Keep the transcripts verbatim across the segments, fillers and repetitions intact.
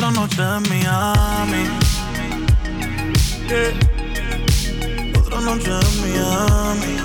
Otra noche en Miami. Yeah. Otra noche en Miami.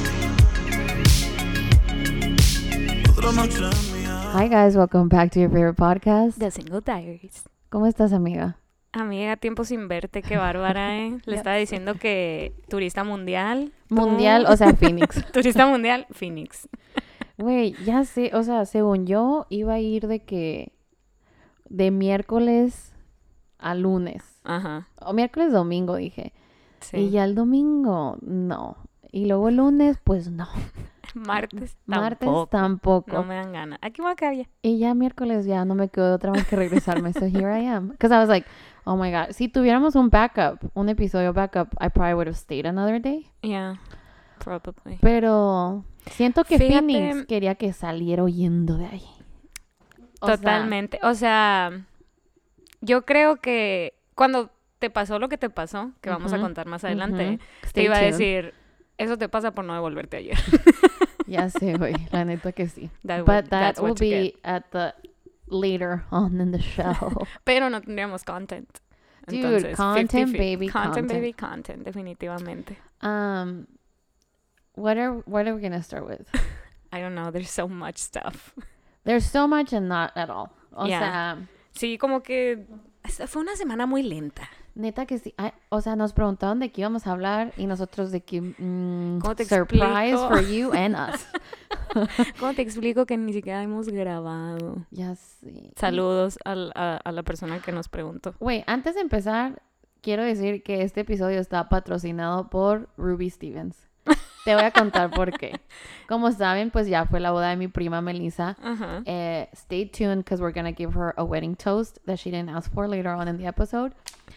Otra noche en Miami. Hi guys, welcome back to your favorite podcast. The Single Diaries. ¿Cómo estás, amiga? Amiga, tiempo sin verte, qué bárbara, ¿eh? Le estaba diciendo que turista mundial. Mundial, ¿tú? o sea, Phoenix. Turista mundial, Phoenix. Güey, ya sé, o sea, según yo, iba a ir de que... De miércoles a lunes. Ajá. O miércoles, domingo, dije. Sí. Y ya el domingo, no. Y luego el lunes, pues no. Martes tampoco. Martes tampoco. No me dan ganas. Aquí voy a quedar ya. Y ya miércoles ya no me quedó otra más que regresarme. So here I am. Because I was like, oh my God. Si tuviéramos un backup, un episodio backup, I probably would have stayed another day. Yeah, probably. Pero siento que Fíjate, Phoenix quería que saliera huyendo de ahí. O sea, Totalmente. O sea, yo creo que cuando te pasó lo que te pasó, que vamos a Ujú, contar más adelante, ujú. te Stay iba a tuned. decir, eso te pasa por no devolverte ayer. Ya sé, güey. La neta que sí. That But would- that that's will what you be get. at the later on in the show. Pero no tendríamos content. Dude, Entonces, content, fifty-fifty. baby, Content, content. baby, content, definitivamente. um, what are what are we gonna start with? I don't know, there's so much stuff. There's so much and not at all. O Yeah. sea, Sí, como que fue una semana muy lenta. neta que sí. Ay, o sea, nos preguntaron de qué íbamos a hablar y nosotros de que mm, ¿Cómo te surprise explico? for you and us. ¿Cómo te explico que ni siquiera hemos grabado? Ya sé. Saludos al- a, a la persona que nos preguntó. Güey, antes de empezar, quiero decir que este episodio está patrocinado por Ruby Stevens. Te voy a contar por qué. Como saben, pues ya fue la boda de mi prima Melissa. Ajá. Eh, stay tuned because we're gonna give her a wedding toast that she didn't ask for later on in the episode.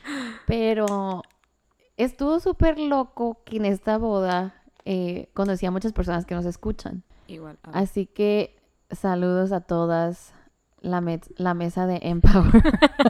Pero estuvo súper loco que en esta boda eh, conocí a muchas personas que nos escuchan. Igual. ah. Así que saludos a todas la, me- la mesa de Empower.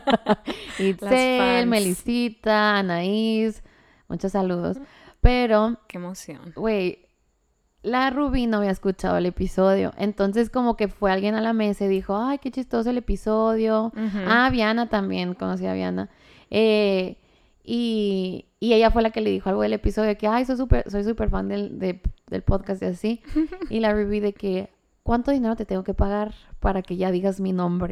Itzel, fans. Melisita, Anaís, muchos saludos. Pero, Qué emoción. güey, la Ruby no había escuchado el episodio. Entonces como que fue alguien a la mesa y dijo, ay, qué chistoso el episodio. Ujú. Ah, Viana también, conocí a Viana. Eh, y, y ella fue la que le dijo algo del episodio, que, ay, soy súper soy súper fan del, de- del podcast y así. Y la Ruby de que, ¿cuánto dinero te tengo que pagar para que ya digas mi nombre?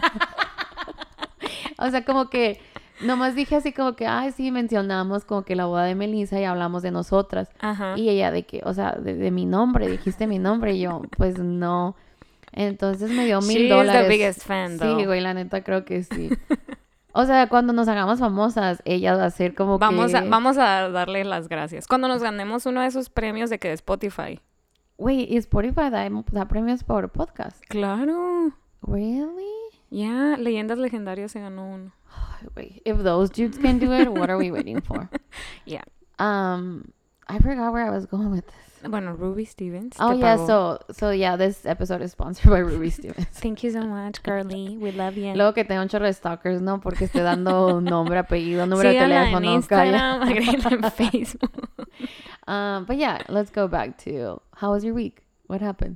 O sea, como que nomás dije así como que, ay, sí, mencionamos como que la boda de Melissa y hablamos de nosotras. Ajá. Y ella de que, o sea, de, de mi nombre, dijiste mi nombre. Y yo, pues no. Entonces me dio mil She's dólares. the biggest fan, Sí, though. güey, la neta creo que sí. O sea, cuando nos hagamos famosas, ella va a ser como Vamos que... a, vamos a darle las gracias. Cuando nos ganemos uno de esos premios de que de Spotify. Güey, ¿y Spotify da, da premios por podcast? Claro. Really? Ya, Leyendas Legendarias se ganó uno. Ay, güey, if those dudes can do it, what are we waiting for? Yeah. Um, I forgot where I was going with this. Bueno, Ruby Stevens. Oh, te yeah, pagó. so, so yeah, this episode is sponsored by Ruby Stevens. Thank you so much, Carly. We love you. Luego que tenga un chorro de stalkers, ¿no? Porque esté dando nombre, apellido, número de Síganla teléfono. en calla. Instagram, agréguenla en Facebook. Um, but yeah, let's go back to, how was your week? What happened?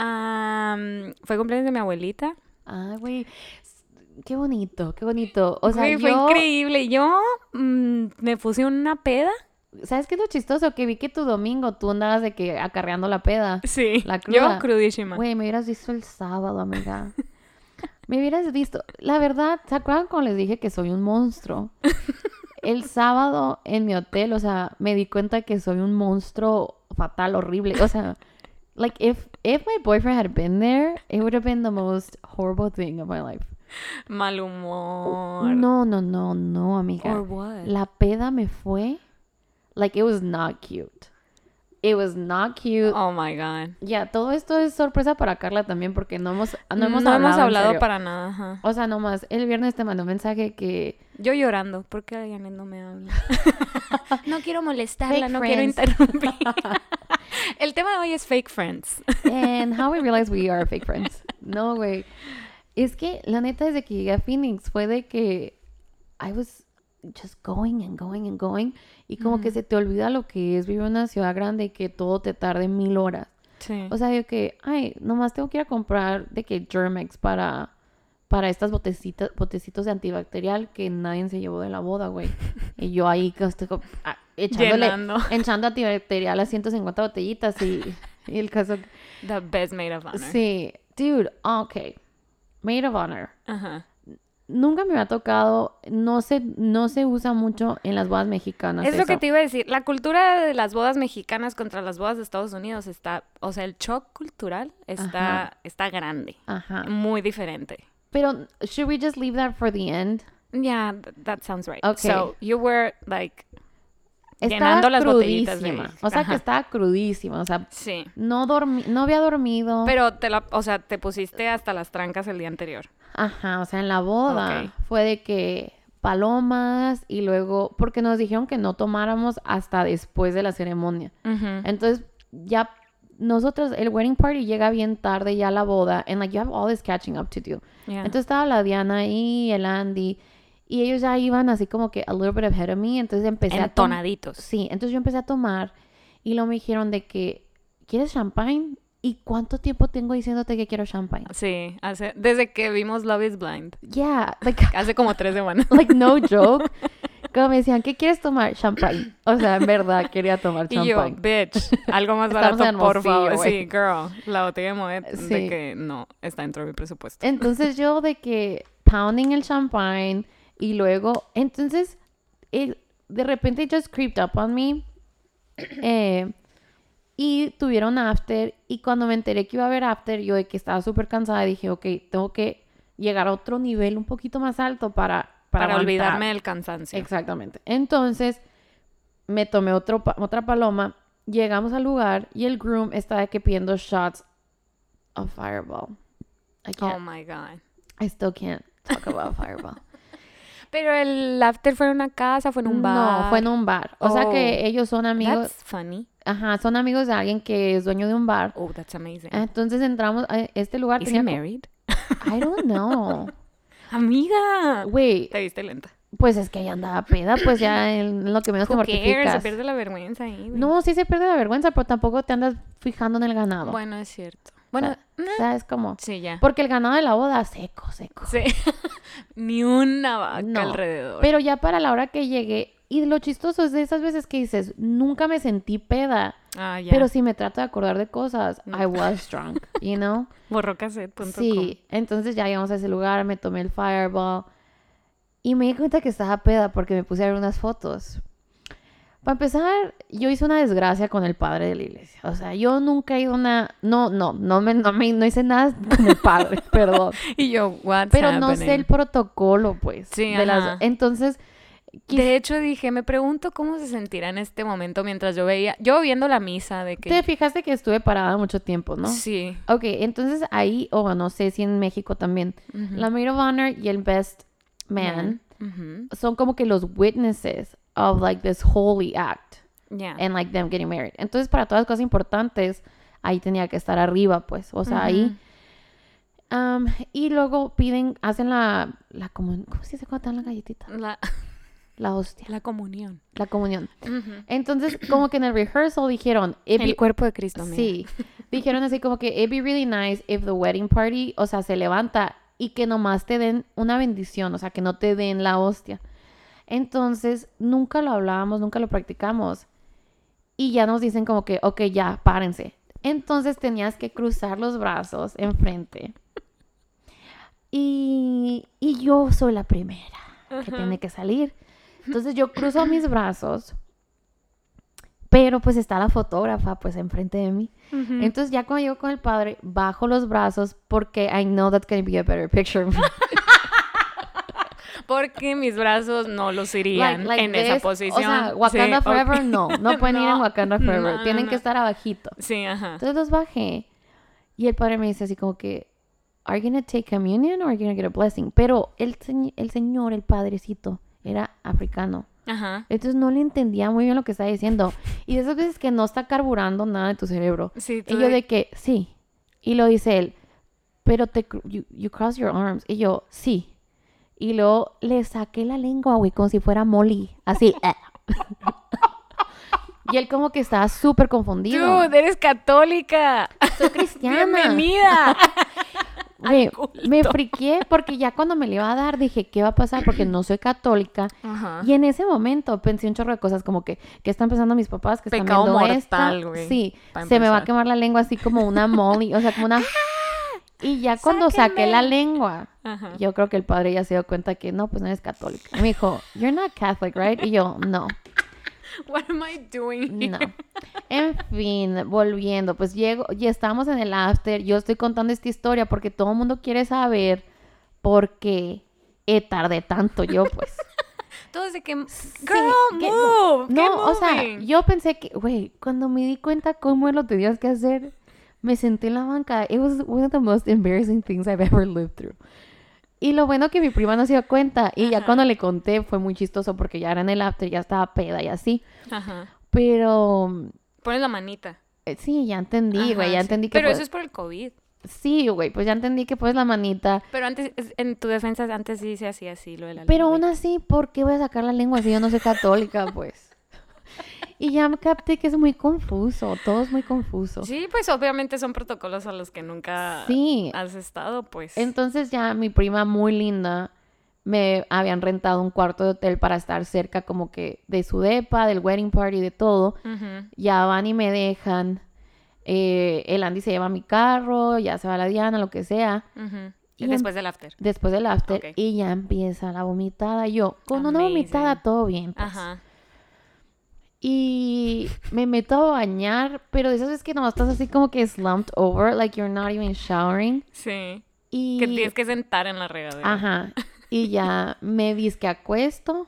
Am, fue cumpleaños de mi abuelita. Ay, güey, qué bonito, qué bonito. O sea, Güey, fue yo, increíble. Yo mm, me puse una peda. ¿sabes qué es lo chistoso? Que vi que tu domingo tú andabas de que acarreando la peda. Sí. La cruda. Yo crudísima. Güey, me hubieras visto el sábado, amiga. Me hubieras visto. La verdad, ¿se acuerdan cuando les dije que soy un monstruo? El sábado en mi hotel, o sea, me di cuenta que soy un monstruo fatal, horrible. O sea, like, if, if my boyfriend had been there, it would have been the most horrible thing of my life. Mal humor. No, no, no, no, amiga. Or what? La peda me fue, like, it was not cute. It was not cute. Oh my God. Ya, todo esto es sorpresa para Carla también porque no hemos, no hemos no hablado, hemos en hablado serio. para nada. Ajá. O sea, nomás, el viernes te mandó un mensaje que... Yo llorando. ¿Por qué Janet no me habla? No quiero molestarla, Fake no friends. quiero interrumpir. El tema de hoy es fake friends. And how we realize we are fake friends. No, güey. Es que, la neta, desde que llegué a Phoenix fue de que I was just going and going and going. Y como Ujú. que se te olvida lo que es vivir en una ciudad grande y que todo te tarde mil horas. Sí. O sea, de que, ay, nomás tengo que ir a comprar de que Germex para, para estas botecitas, botecitos de antibacterial que nadie se llevó de la boda, güey. Y yo ahí que estoy co- ah, echándole, Llenando. echando antibacterial a ciento cincuenta botellitas y, y el caso... The best maid of honor. Sí, dude, ok. Maid of honor. Ajá. Nunca me ha tocado, no se, no se usa mucho en las bodas mexicanas. Es lo que eso. te iba a decir. La cultura de las bodas mexicanas contra las bodas de Estados Unidos está... O sea, el shock cultural está, Ajá. está grande. Ajá. Muy diferente. Pero, should we just leave that for the end? Yeah, th- that sounds right. Okay. So, you were, like... Estaba Llenando las botellitas de... crudísima. O sea, Ajá. que estaba crudísima. O sea, Sí. no, dormi no había dormido. Pero, te la, o sea, te pusiste hasta las trancas el día anterior. Ajá, o sea, en la boda Ok. fue de que palomas y luego... Porque nos dijeron que no tomáramos hasta después de la ceremonia. Ujú. Entonces, ya nosotros, el wedding party llega bien tarde ya a la boda. And like, you have all this catching up to do. Yeah. Entonces estaba la Diana y el Andy. Y ellos ya iban así como que a little bit ahead of me. Entonces empecé a tomar. Entonaditos. Sí, entonces yo empecé a tomar. Y luego me dijeron de que, ¿quieres champagne? ¿Y cuánto tiempo tengo diciéndote que quiero champagne? Sí, hace, desde que vimos Love is Blind. Yeah, like, Hace como tres semanas. like no joke. Como me decían, ¿qué quieres tomar? Champagne. O sea, en verdad quería tomar Y yo, champagne. bitch, algo más Estamos barato, en por Hermosillo, favor. güey. Sí, girl, la botella de Moet, de Sí. que no, está dentro de mi presupuesto. Entonces yo de que pounding el champagne y luego, entonces, it, de repente it just creeped up on me. Eh, y tuvieron after y cuando me enteré que iba a haber after, yo de que estaba súper cansada, dije, ok, tengo que llegar a otro nivel un poquito más alto para... Para, Para, aguantar. olvidarme del cansancio. Exactamente. Entonces, me tomé otro pa- otra paloma, llegamos al lugar y el groom estaba de que pidiendo shots of Fireball. I can't, Oh my God. I still can't talk about Fireball. Pero el after fue en una casa, fue en un bar. No, fue en un bar. O sea Oh. que ellos son amigos, That's funny. ajá, son amigos de alguien que es dueño de un bar. Oh, that's amazing. Entonces entramos a este lugar. Is he tenía co- married? I don't know. Amiga. Güey, Te viste lenta. pues es que ella andaba peda, pues ya en lo que menos te Who cares? Se mortificas. pierde la vergüenza ahí, güey. No, sí se pierde la vergüenza, pero tampoco te andas fijando en el ganado. Bueno, es cierto. Bueno, O sea, es como... sí, ya. Porque el ganado de la boda, seco, seco. Sí. Ni una vaca No, alrededor. Pero ya para la hora que llegué, y lo chistoso es de esas veces que dices, nunca me sentí peda, Ah, ya. pero si me trato de acordar de cosas, No. I was drunk, you know? borrocassette punto com. Sí, entonces ya llegamos a ese lugar, me tomé el Fireball y me di cuenta que estaba peda porque me puse a ver unas fotos. Para empezar, yo hice una desgracia con el padre de la iglesia. O sea, yo nunca he ido a una... No, no, no, me, no, me, no hice nada con el padre, perdón. Y yo, what's Pero no sé el happening? protocolo, pues. Sí, de las... ajá. Entonces, quis- De hecho, dije, me pregunto cómo se sentirá en este momento mientras yo veía, yo viendo la misa de que... te fijaste que estuve parada mucho tiempo, ¿no? Sí. Ok, entonces ahí, o no sé si en México también, Ujú. la Maid of Honor y el Best Man Ujú. son como que los witnesses of like this holy act Ya. and like them getting married. Entonces, para todas las cosas importantes, ahí tenía que estar arriba, pues. O sea, ahí. Um, y luego piden, hacen la, la comunión. ¿Cómo se dice cuando te dan la galletita? La, La hostia, la comunión. la comunión. Ujú. Entonces, como que en el rehearsal dijeron, it'd El be- cuerpo de Cristo, amiga. sí, dijeron así como que it'd be really nice if the wedding party, o sea, se levanta y que nomás te den una bendición, o sea, que no te den la hostia. Entonces, nunca lo hablábamos, nunca lo practicamos. Y ya nos dicen como que, ok, ya, párense. Entonces tenías que cruzar los brazos enfrente. Y, y yo soy la primera que tiene que salir. Entonces yo cruzo mis brazos, pero pues está la fotógrafa pues enfrente de mí. Ujú. Entonces ya cuando llego con el padre, bajo los brazos porque I know that's going to be a better picture of me. Porque mis brazos no los irían Like- like en esa this. posición. O sea, Wakanda Sí, Forever, ok. no. No pueden ir en No, Wakanda Forever. no, no, Tienen no. que estar abajito. Sí, ajá. Entonces los bajé. Y el padre me dice así como que, ¿Are you gonna take communion or are you gonna get a blessing? Pero el, señ- el señor, el padrecito, era africano. Ajá. Entonces no le entendía muy bien lo que estaba diciendo. Y de esas veces que no está carburando nada de tu cerebro. Sí, tú Y yo de- de que, sí. Y lo dice él, pero te, cru- you, you cross your arms. Y yo, sí. Y luego le saqué la lengua, güey, como si fuera Molly. Así. eh. Y él como que estaba súper confundido. Dude, eres católica. Soy cristiana. Bienvenida. Güey, al culto. me friqué porque ya cuando me le iba a dar dije, ¿qué va a pasar? Porque no soy católica. Ajá. Y en ese momento pensé un chorro de cosas como que, ¿qué están pensando mis papás? Que están Pecado viendo mortal, esta? güey, Sí, pa' se me va a empezar. quemar la lengua así como una molly, o sea, como una... Y ya cuando saqué la ¡Sáquenme! lengua, Ajá. yo creo que el padre ya se dio cuenta que no, pues no eres católica. Y me dijo, you're not Catholic, right? Y yo, no, What am I doing here? no. En fin, volviendo, pues llego, ya estamos en el after, yo estoy contando esta historia porque todo el mundo quiere saber por qué eh, tardé tanto yo, pues. Todos de que, girl, Sí, que- move, No, get o sea, moving. yo pensé que, güey, cuando me di cuenta cómo lo tenías que hacer, me senté en la banca. It was one of the most embarrassing things I've ever lived through. Y lo bueno que mi prima no se dio cuenta. Y ya Ajá. cuando le conté fue muy chistoso porque ya era en el after, ya estaba peda y así. Ajá. Pero Pones la manita. eh, sí, ya entendí, Ajá, güey, ya sí. entendí que Pero pues- eso es por el COVID. Sí, güey, pues ya entendí que pues la manita. Pero antes, es- en tu defensa, antes sí se hacía así lo de la Pero lengua. aún así, ¿por qué voy a sacar la lengua si yo no soy católica, pues? Y ya me capté que es muy confuso, todo es muy confuso. Sí, pues obviamente son protocolos a los que nunca Sí, has estado, pues. entonces ya mi prima muy linda me habían rentado un cuarto de hotel para estar cerca como que de su depa, del wedding party, de todo. Ujú. Ya van y me dejan. Eh, el Andy se lleva mi carro, ya se va la Diana, lo que sea. Ujú. Y Después del after. Después del after Ok. y ya empieza la vomitada. Yo, con una Amazing. vomitada todo bien, pues. Ajá. Y me meto a bañar, pero de esas veces que nomás estás así como que slumped over, like you're not even showering. Sí. Y... Que te tienes que sentar en la regadera. Ajá. Y ya me disque acuesto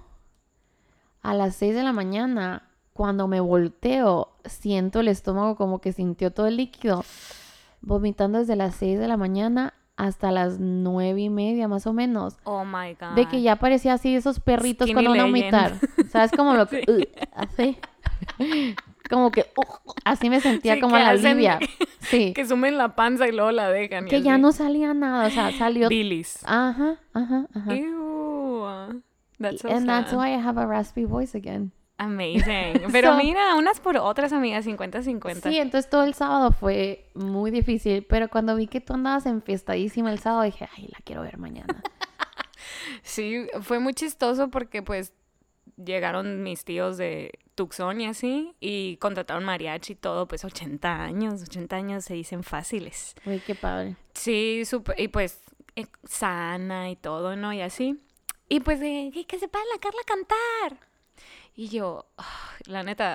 a las seis de la mañana. Cuando me volteo, siento el estómago como que sintió todo el líquido. Vomitando desde las seis de la mañana hasta las nueve y media, más o menos. Oh my God. De que ya parecía así esos perritos Skinny cuando van a legend. vomitar. ¿Sabes? Como lo que... Sí. uh, hace. Como que... uh, así me sentía Sí, como que la hacen- Livia. Sí. Que sumen la panza y luego la dejan. y Que ya así. no salía nada. O sea, salió... Bilis. Ajá, ajá, ajá. Ew. That's so And that's sad. why I have a raspy voice again. Amazing. Pero So- mira, unas por otras, amigas, cincuenta cincuenta. Sí, entonces todo el sábado fue muy difícil, pero cuando vi que tú andabas enfiestadísima el sábado, dije, ay, la quiero ver mañana. Sí, fue muy chistoso porque pues llegaron mis tíos de Tucson y así y contrataron mariachi y todo, pues ochenta años, ochenta años se dicen fáciles. Uy, qué padre. Sí, súper, y pues eh, sana y todo, ¿no? Y así. Y pues de "¿Qué- que se para la Carla a cantar. Y yo, ah, la neta,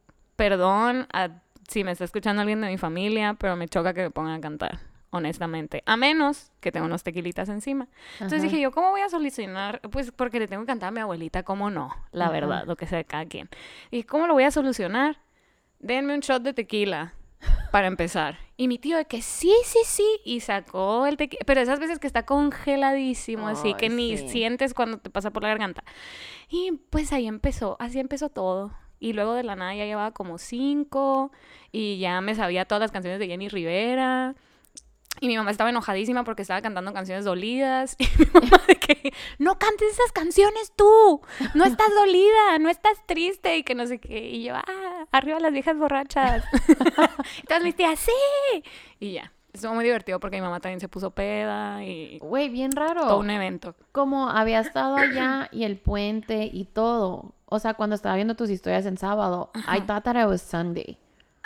perdón a, si me está escuchando alguien de mi familia, pero me choca que me pongan a cantar, honestamente. A menos que tenga unos tequilitas encima. Entonces Ajá. dije yo, ¿cómo voy a solucionar? Pues porque le tengo que cantar a mi abuelita, ¿cómo no? La Ajá. verdad, lo que sea de cada quien. Y ¿cómo lo voy a solucionar? Denme un shot de tequila para empezar. Y mi tío de que sí, sí, sí. Y sacó el tequila. Pero esas veces que está congeladísimo, así que Ay, ni sí. sientes cuando te pasa por la garganta. Y pues ahí empezó, así empezó todo. Y luego de la nada ya llevaba como cinco. Y ya me sabía todas las canciones de Jenny Rivera. Y mi mamá estaba enojadísima porque estaba cantando canciones dolidas. Y mi mamá de que, no cantes esas canciones tú. No estás dolida, no estás triste. Y que no sé qué. Y yo, ah, arriba las viejas borrachas. Y todas mis tías, sí. Y ya. Estuvo muy divertido porque mi mamá también se puso peda y Güey, bien raro. todo un evento. Como había estado allá y el puente y todo. O sea, cuando estaba viendo tus historias en sábado, I thought that it was Sunday.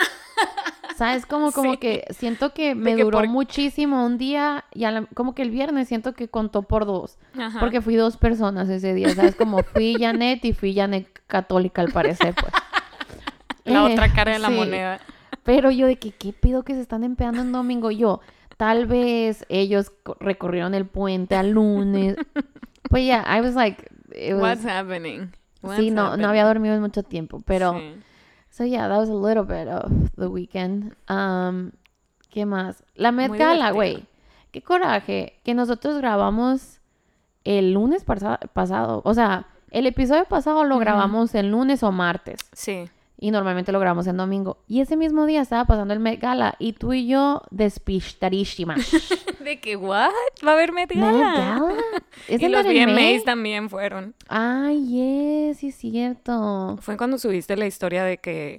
¿Sabes? Como, como Sí. que siento que me que duró por- muchísimo un día y a la- como que el viernes siento que contó por dos. Ajá. Porque fui dos personas ese día, ¿sabes? Como fui Janet y fui Janet católica al parecer, pues. La Eh, otra cara de la sí. moneda. Pero yo de que, ¿qué pido que se están empedando en domingo? Yo, tal vez ellos co- recorrieron el puente al lunes. Pues ya, I was like, it was- What's happening? What's sí, no, no había happening? dormido en mucho tiempo, pero, Sí. so yeah, that was a little bit of the weekend. Um, ¿qué más? La Met Muy Gala, divertido. güey, qué coraje, que nosotros grabamos el lunes parsa- pasado, o sea, el episodio pasado lo Ujú. grabamos el lunes o martes. Sí. Y normalmente lo grabamos en domingo. Y ese mismo día estaba pasando el Met Gala. Y tú y yo despistadísimas. ¿De que what? ¿Va a haber Met ¿Met Gala? Gala? ¿Es Y en los el V M May? As también fueron. Ay, yes, sí es cierto. Fue cuando subiste la historia de que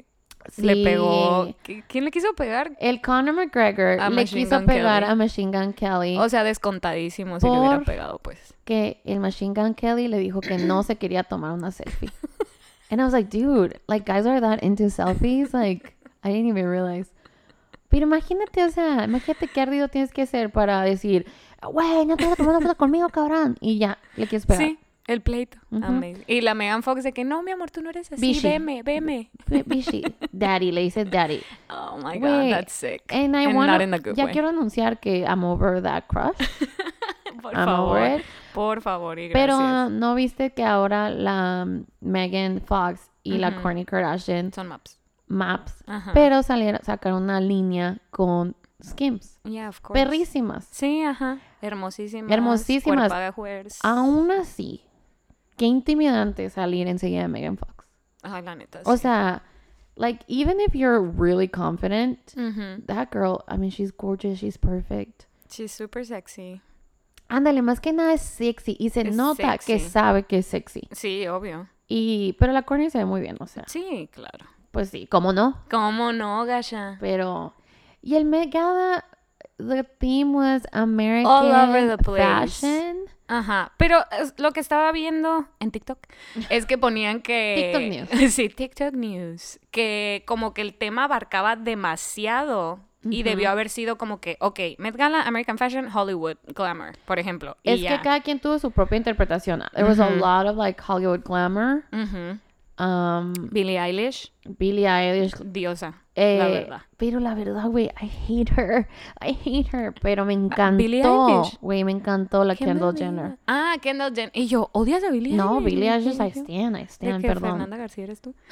le Sí. pegó. ¿Qui- ¿Quién le quiso pegar? El Conor McGregor A le Machine quiso Gun pegar Kelly. a Machine Gun Kelly. O sea, descontadísimo si le hubiera Por- pegado, pues. que el Machine Gun Kelly le dijo que no se quería tomar una selfie. And I was like, dude, like guys are that into selfies? Like, I didn't even realize. Pero imagínate, o sea, imagínate qué ardido tienes que ser para decir, güey, no te vas a tomar una foto conmigo, cabrón. Y ya, le quieres pegar. Sí, el pleito. Ujú. Amazing. Y la Megan Fox de que no, mi amor, tú no eres así. Bishi. Veme, veme. B- Bishi. Daddy, le dice daddy. Oh my Güey, God, that's sick. And I And wanna, not in a good ya way. quiero anunciar que I'm over that crush. Por I'm favor. over it. Por favor y Pero gracias. ¿no viste que ahora la um, Megan Fox y la Ujú. Kourtney Kardashian Son maps. maps, Ajá. pero salieron, sacaron una línea con Skims. Yeah, of course. Perrísimas. Sí, ajá. Hermosísimas. Hermosísimas. Cuerpagajuers. Aún así, qué intimidante salir enseguida de Megan Fox. Ay, la neta. O sí. sea, like, even if you're really confident, Ujú. that girl, I mean, she's gorgeous, she's perfect. She's super sexy. Ándale, más que nada es sexy y se Es nota que sexy. sabe que es sexy. Sí, obvio. Y, pero la Kourtney se ve muy bien, o sea, Sí, claro. pues sí, ¿cómo no? ¿Cómo no, Gasha? Pero, y el Met Gala, the theme was American All over the place. fashion. Ajá, pero es- lo que estaba viendo en TikTok es que ponían que... TikTok News. Sí, TikTok News. Que como que el tema abarcaba demasiado y Ujú. debió haber sido como que, ok, Met Gala, American Fashion, Hollywood, Glamour, por ejemplo. Y Es ya. que cada quien tuvo su propia interpretación. There was a Ujú. lot of like Hollywood glamour. Ujú. Um, Billie Eilish, Billie Eilish. diosa, eh, la verdad. Pero la verdad, güey, I hate her. I hate her. Pero me Billie encantó. Eilish. Güey, me encantó la Kendall Kendall Jenner. Ah, Kendall Jenner. Y yo, ¿odias a Billie No, Eilish? Billie Eilish, I ¿Qué? stand, I ¿De stand, qué, perdón. Fernanda García eres tú?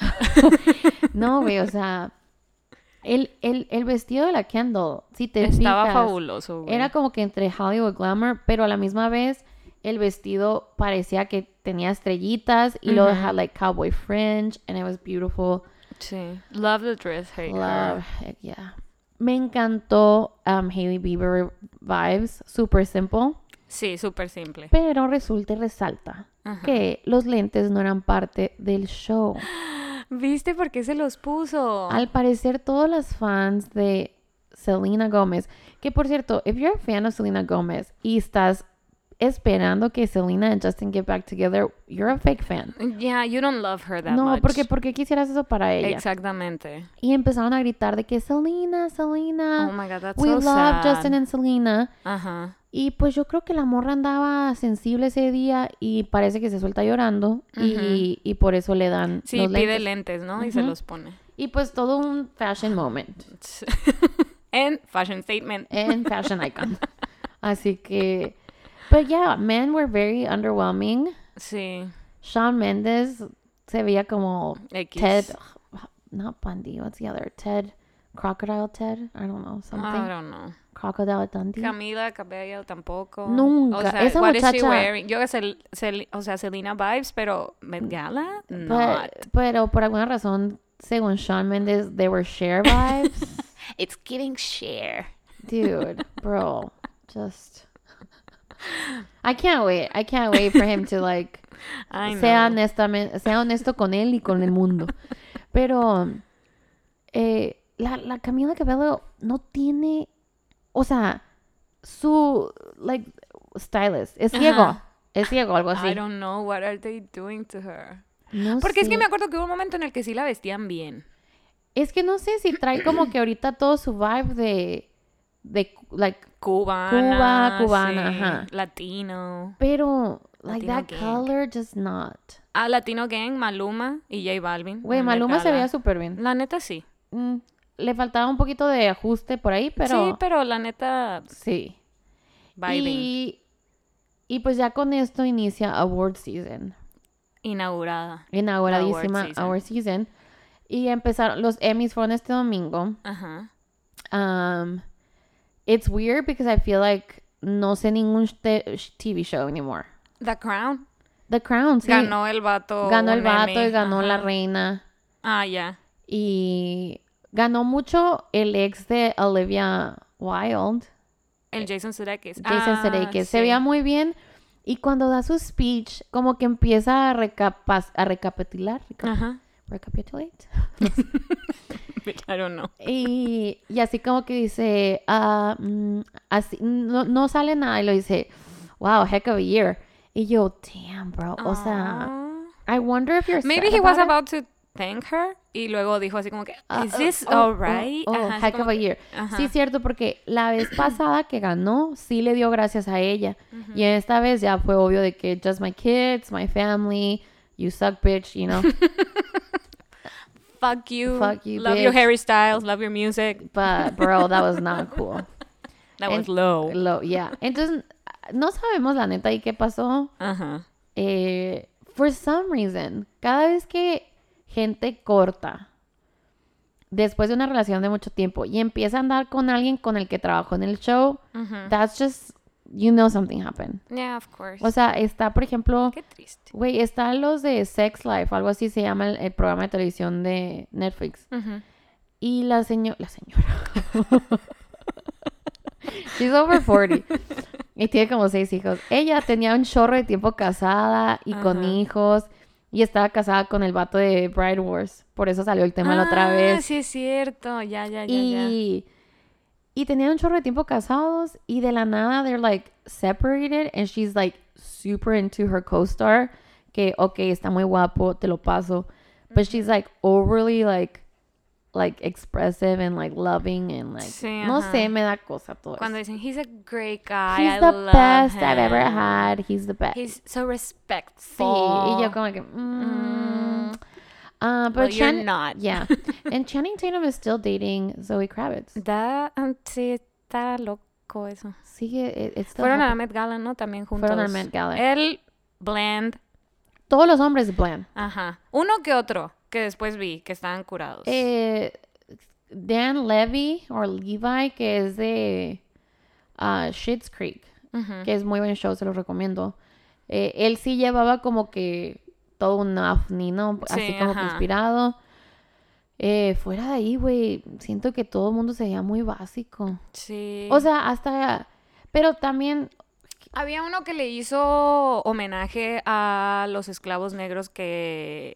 No, güey, o sea, el, el, el vestido de la Kendall, si te Estaba fijas, fabuloso, güey. era como que entre Hollywood glamour, pero a la misma vez el vestido parecía que tenía estrellitas y luego Ujú. had like cowboy fringe and it was beautiful. Sí. Love the dress, hate Love, her. heck yeah. Me encantó um, Hailey Bieber vibes, super simple, Sí, súper simple. pero resulta y resalta Ajá. que los lentes no eran parte del show. ¿Viste por qué se los puso? Al parecer, todos los fans de Selena Gomez, que por cierto, if you're a fan of Selena Gomez y estás esperando que Selena and Justin get back together, you're a fake fan. Yeah, you don't love her that No, much. porque ¿por qué quisieras eso para ella? Exactamente. Y empezaron a gritar de que Selena, Selena, Oh my God, that's we so love sad. Justin and Selena. Ajá. Y pues yo creo que la morra andaba sensible ese día y parece que se suelta llorando y, y por eso le dan Sí, los pide lentes. lentes, ¿no? Y se Ujú. los pone. Y pues todo un fashion moment. En fashion statement. En fashion icon. Así que, but yeah, men were very underwhelming. Sí. Shawn Mendes se veía como X. Ted, not Bundy, what's the other? Ted, Crocodile Ted, I don't know, something. I don't know. Crocodile Dundee. Camila Cabello tampoco. Nunca. O sea, Esa what is she muchacha- wearing? Yo, Cel- Cel- o sea, Selena vibes, pero Met Gala, But- not. pero por alguna razón, según Shawn Mendes, they were Cher vibes. It's giving share. Dude, bro, just... I can't wait. I can't wait for him to like I know. sea honestamente, sea honesto con él y con el mundo. Pero eh, la, la Camila Cabello no tiene, o sea, su like stylist es ciego, Ajá. es ciego, algo así. I don't know what are they doing to her. No Porque es que sé. me acuerdo que hubo un momento en el que sí la vestían bien. Es que no sé si trae como que ahorita todo su vibe de de like, Cubana. Cuba, cubana, sí, ajá. Latino. pero like Latino that gang. color just not. Ah, Latino Gang, Maluma y J Balvin. Güey, en Met Maluma se Gala. veía súper bien. La neta sí. Mm, le faltaba un poquito de ajuste por ahí, pero Sí, pero la neta, sí. vibing. Y, y pues ya con esto inicia award season. Inaugurada. Inauguradísima Award season. award season. Y empezaron, los Emmys fueron este domingo. Ajá. Um, it's weird because I feel like no sé ningún te- T V show anymore. The Crown. The Crown, sí. Ganó el vato. Ganó el un vato Emmy. y ganó Ajá. la reina. Ah, ya. Y ganó mucho el ex de Olivia Wilde. El Jason Sudeikis. Jason ah, Sudeikis. Se sí. veía muy bien. Y cuando da su speech, como que empieza a, recapaz- a recapitular. recap- Ajá. recapitulate. I don't know. Y, y así como que dice, ah, mm, así, no, no sale nada y lo dice, wow, heck of a year. Y yo, damn, bro. O sea, Aw. I wonder if you're Maybe sad he was about it. about to thank her y luego dijo así como que, Ah, is oh, this oh, alright? Oh, oh, Ajá, así heck como of a que- year. Ajá. Sí, cierto, porque la vez pasada que ganó, sí le dio gracias a ella. Ujú. Y esta vez ya fue obvio de que just my kids, my family, you suck, bitch, you know. Fuck you. Fuck you, Love your bitch. Harry Styles. Love your music. But, bro, that was not cool. That En- was low. Low, yeah. Entonces, no sabemos la neta y qué pasó. Ajá. Eh, for some reason, cada vez que gente corta después de una relación de mucho tiempo y empieza a andar con alguien con el que trabajó en el show, Ujú. that's just, you know something happened. Yeah, of course. O sea, está, por ejemplo, Qué triste. güey, están los de Sex Life, algo así se llama el, el programa de televisión de Netflix. Ujú. Y la señora, la señora, she's over forty. Y tiene como seis hijos. Ella tenía un chorro de tiempo casada y con Ajá. hijos. Y estaba casada con el vato de Bride Wars. Por eso salió el tema la otra Ah, vez. sí es cierto. Ya, ya, ya, ya. Y, y tenían un chorro de tiempo casados. Y de la nada, they're like separated. And she's like super into her co-star. Que, ok, está muy guapo, te lo paso. But she's like overly like, like expressive and like loving and like, Sí, no ajá. sé, me da cosa todo Cuando eso. dicen, he's a great guy. He's I the love best I've ever him. had. He's the best. He's so Sí, respectful. y yo como que, mm, Mm. ah, pero Well, you're Chan- not. yeah, and Channing Tatum is still dating Zoe Kravitz. Da, um, sí, está loco eso. Sigue, it, it's still Fueron a la happening. Met Gala, ¿no? También juntos. Fueron al Met Gala. Él, Bland, Todos los hombres bland. ajá. Uno que otro, que después vi, que estaban curados. Eh, Dan Levy o Levi, que es de uh, Schitt's Creek, Ujú. que es muy buen show, se lo recomiendo. Eh, él sí llevaba como que todo un afni, ¿no? Así Sí, como que ajá. inspirado. Eh, fuera de ahí, güey, siento que todo el mundo se veía muy básico. Sí. O sea, hasta... Pero también... Había uno que le hizo homenaje a los esclavos negros que...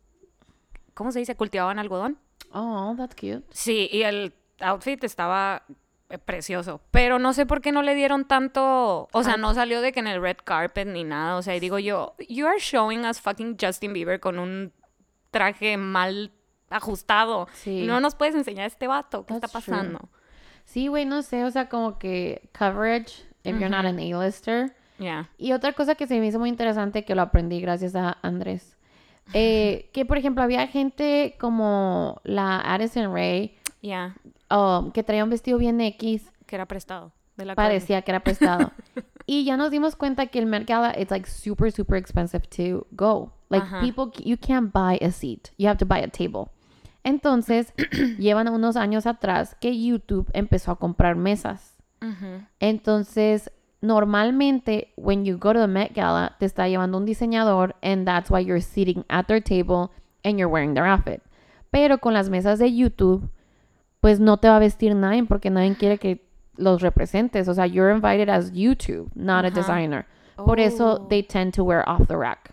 ¿Cómo se dice? Cultivaban algodón. Oh, that's cute. Sí, y el outfit estaba eh, precioso. Pero no sé por qué no le dieron tanto... O sea, Hype. no salió de que en el red carpet ni nada. O sea, y digo yo, you are showing us fucking Justin Bieber con un traje mal ajustado. Sí. Y no nos puedes enseñar a este vato. ¿Qué está That's true. pasando? Sí, güey, no sé, o sea, como que coverage, if you're not an A-lister. Yeah. Y otra cosa que se me hizo muy interesante, que lo aprendí gracias a Andrés, eh, que por ejemplo había gente como la Addison Rae, Yeah. um, que traía un vestido bien X, Que era prestado. De la parecía que era prestado. Y ya nos dimos cuenta que el Met Gala, it's like super, super expensive to go. Like Ajá. people, you can't buy a seat. You have to buy a table. Entonces, llevan unos años atrás que YouTube empezó a comprar mesas. Ujú. Entonces, normalmente, when you go to the Met Gala, te está llevando un diseñador and that's why you're sitting at their table and you're wearing their outfit. Pero con las mesas de YouTube, pues no te va a vestir nadie porque nadie quiere que los representes. O sea, you're invited as YouTube, not a Ajá. designer. Por eso, Oh. they tend to wear off the rack.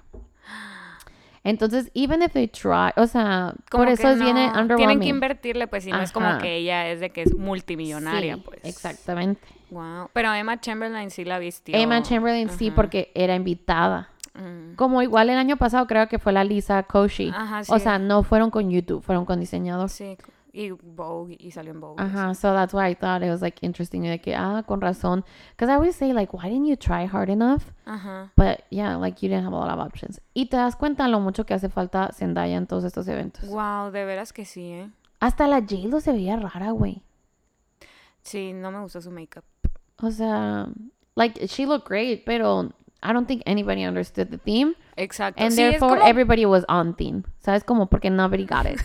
Entonces, even if they try, o sea, Como por eso que es viene no, underwhelming. tienen que invertirle, pues, si no es como Ajá. que ella es de que es multimillonaria, Sí, pues. exactamente. Wow. Pero Emma Chamberlain sí la vistió. Emma Chamberlain sí, Ajá. porque era invitada. Mm. Como igual el año pasado creo que fue la Lisa Koshy. Ajá, sí. O sea, no fueron con YouTube, fueron con diseñador. Sí, y Vogue, y salió en Vogue. Ajá, so that's why I thought it was like interesting. De que, ah, con razón. Because I always say, like, why didn't you try hard enough? Ajá. But yeah, like, you didn't have a lot of options. Y te das cuenta lo mucho que hace falta Zendaya en todos estos eventos. Wow, de veras que sí, ¿eh? Hasta la J-Lo se veía rara, güey. Sí, no me gustó su make-up. O sea, like, she looked great, pero I don't think anybody understood the theme. Exacto. And sí, es therefore, como... everybody was on theme. ¿Sabes? Como porque nobody got it.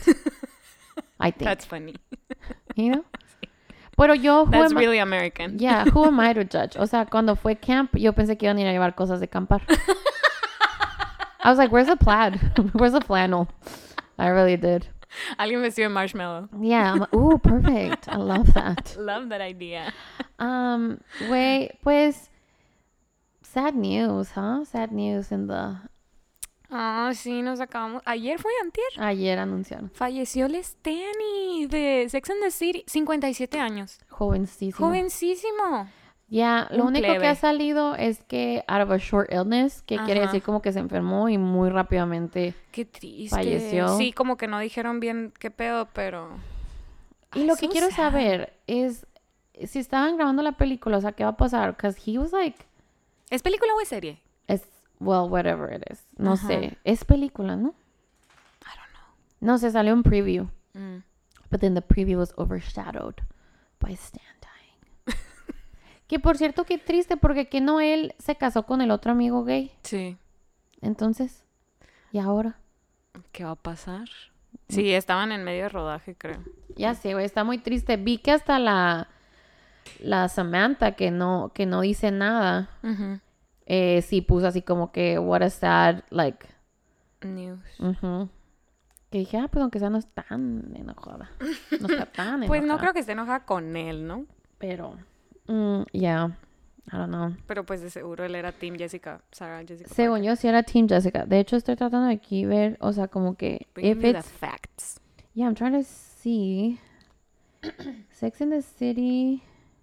I think. That's funny. You know? Pero yo, who That's am I- really American. yeah, who am I to judge? O sea, cuando fue camp, yo pensé que iban a ir a llevar cosas de campar. I was like, where's the plaid? Where's the flannel? I really did. Alguien vestido de marshmallow. Yeah, I'm like, ooh, perfect. I love that. Love that idea. Um, güey, pues, sad news, huh? Sad news in the Ah, sí, nos acabamos. Ayer fue antier. Ayer anunciaron. Falleció Lestani de Sex and the City, cincuenta y siete años. Jovencísimo. Jovencísimo. Ya, lo Un único plebe. que ha salido es que out of a short illness, que quiere Ajá. decir como que se enfermó y muy rápidamente. Qué triste. Falleció. Sí, como que no dijeron bien qué pedo, pero... Y Ay, lo que so quiero sad. saber es si estaban grabando la película, o sea, ¿qué va a pasar? Because he was like, ¿Es película o es serie? es, well, whatever it is. No Ajá. sé. Es película, ¿no? I don't know. No sé, salió un preview. Mm. But then the preview was overshadowed by Stan dying. Que por cierto, qué triste, porque que no él se casó con el otro amigo gay. Sí. Entonces, ¿y ahora? ¿Qué va a pasar? Sí, estaban en medio de rodaje, creo. Ya sé, güey, está muy triste. Vi que hasta la, la Samantha, que no, que no dice nada, Ujú. eh, sí puso así como que, what a sad, like, News. ujú. Que dije, ah, pues aunque sea no es tan enojada. No está tan enojada. Pues no creo que esté enojada con él, ¿no? Pero, mm, yeah, I don't know. Pero pues de seguro él era Team Jessica, Sarah Jessica. Según yo, sí era Team Jessica. De hecho, estoy tratando de aquí ver, o sea, como que, Bring if me the it's, facts. yeah, I'm trying to see. Sex in the City.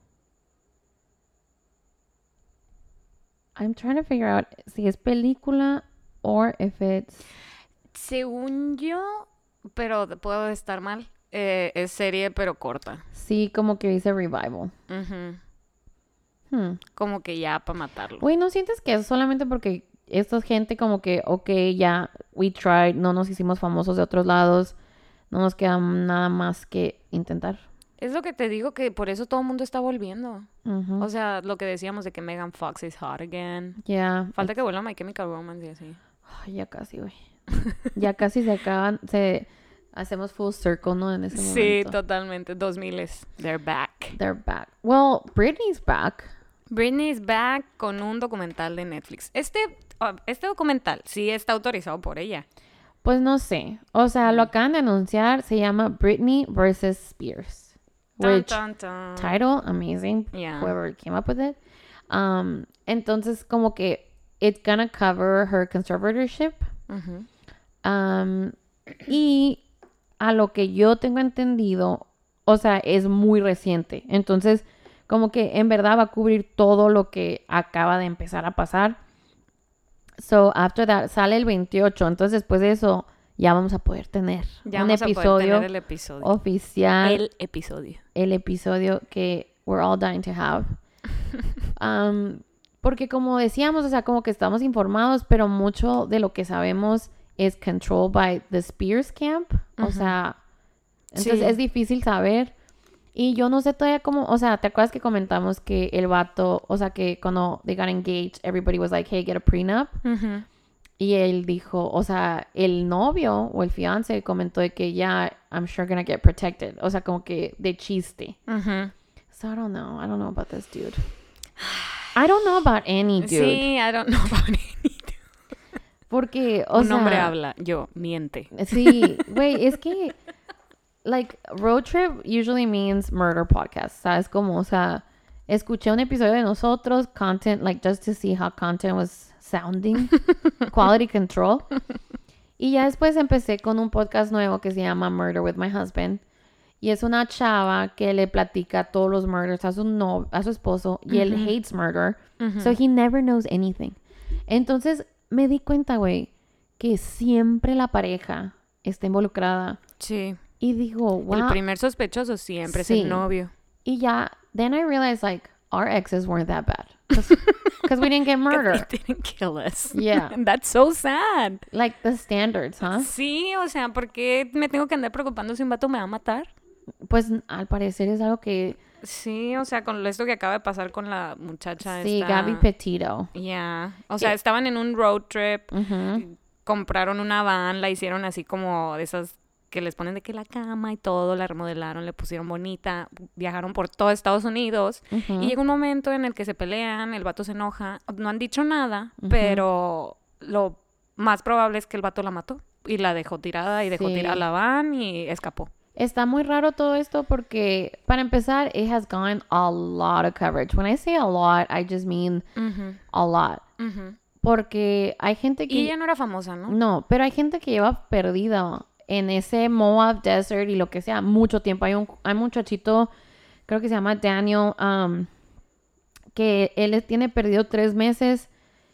I'm trying to figure out si es película or if it's... Según yo, pero puedo estar mal, eh, es serie pero corta. Sí, como que dice revival. Ujú. Hmm. Como que ya para matarlo. Güey, ¿no sientes que es solamente porque esta gente como que, ok, ya, we tried, no nos hicimos famosos de otros lados, no nos queda nada más que intentar? Es lo que te digo, que por eso todo el mundo está volviendo. Ujú. O sea, lo que decíamos de que Megan Fox is hot again. Ya. Falta que vuelva My Chemical Romance y así. Ay, ya casi, güey. Ya casi se acaban, se... Hacemos full circle, ¿no? En ese Sí, momento. totalmente. dos miles. They're back. They're back. Well, Britney's back. Britney's back con un documental de Netflix. Este, uh, este documental sí está autorizado por ella. Pues no sé. O sea, lo acaban de anunciar. Se llama Britney versus Spears. Tan, Which, tan, tan. title, amazing. Yeah. Whoever came up with it. Um, entonces, como que it's gonna cover her conservatorship. Ujú. Um, y a lo que yo tengo entendido, o sea, es muy reciente. Entonces, como que en verdad va a cubrir todo lo que acaba de empezar a pasar. So, after that, sale el veintiocho. Entonces, después de eso, ya vamos a poder tener Ya un vamos a poder episodio tener el episodio. oficial. El episodio. el episodio que we're all dying to have. Um, porque como decíamos, o sea, como que estamos informados, pero mucho de lo que sabemos es controlled by the Spears camp. O Ujú. sea, entonces Sí. es difícil saber. Y yo no sé todavía cómo, o sea, ¿te acuerdas que comentamos que el vato, o sea, que cuando they got engaged, everybody was like, hey, get a prenup? Ujú. Y él dijo, o sea, el novio o el fiance comentó de que ya, yeah, I'm sure gonna get protected. O sea, como que de chiste. Ujú. So I don't know. I don't know about this dude. I don't know about any dude. Sí, I don't know about any. Porque, o Un sea... hombre habla, yo, miente. Sí, güey, es que... Like, road trip usually means murder podcast. ¿Sabes? Como, o sea... Escuché un episodio de nosotros, content, like, just to see how content was sounding. Quality control. Y ya después empecé con un podcast nuevo que se llama Murder with My Husband. Y es una chava que le platica todos los murders a su, no, a su esposo. Y él Ujú. hates murder. Ujú. So he never knows anything. Entonces me di cuenta, güey, que siempre la pareja está involucrada. Sí. Y digo, wow. El primer sospechoso siempre es Sí. el novio. Y ya, then I realized, like, our exes weren't that bad. Because we didn't get murdered. They didn't kill us. Yeah. That's so sad. Like the standards, huh? Sí, o sea, ¿por qué me tengo que andar preocupando si un vato me va a matar? Pues al parecer es algo que... Sí, o sea, con esto que acaba de pasar con la muchacha Sí, esta... Gabby Petito. Ya. O sea, Que- estaban en un road trip, Ujú. compraron una van, la hicieron así como de esas que les ponen de que la cama y todo, la remodelaron, le pusieron bonita, viajaron por todo Estados Unidos. Ujú. Y llega un momento en el que se pelean, el vato se enoja, no han dicho nada, Ujú. pero lo más probable es que el vato la mató y la dejó tirada y dejó Sí. tirada la van y escapó. Está muy raro todo esto porque, para empezar, it has gotten a lot of coverage. When I say a lot, I just mean Ujú, a lot. ujú. Porque hay gente que... Y ella no era famosa, ¿no? No, pero hay gente que lleva perdida en ese Moab Desert y lo que sea mucho tiempo. Hay un, hay un muchachito, creo que se llama Daniel, um, que él tiene perdido tres meses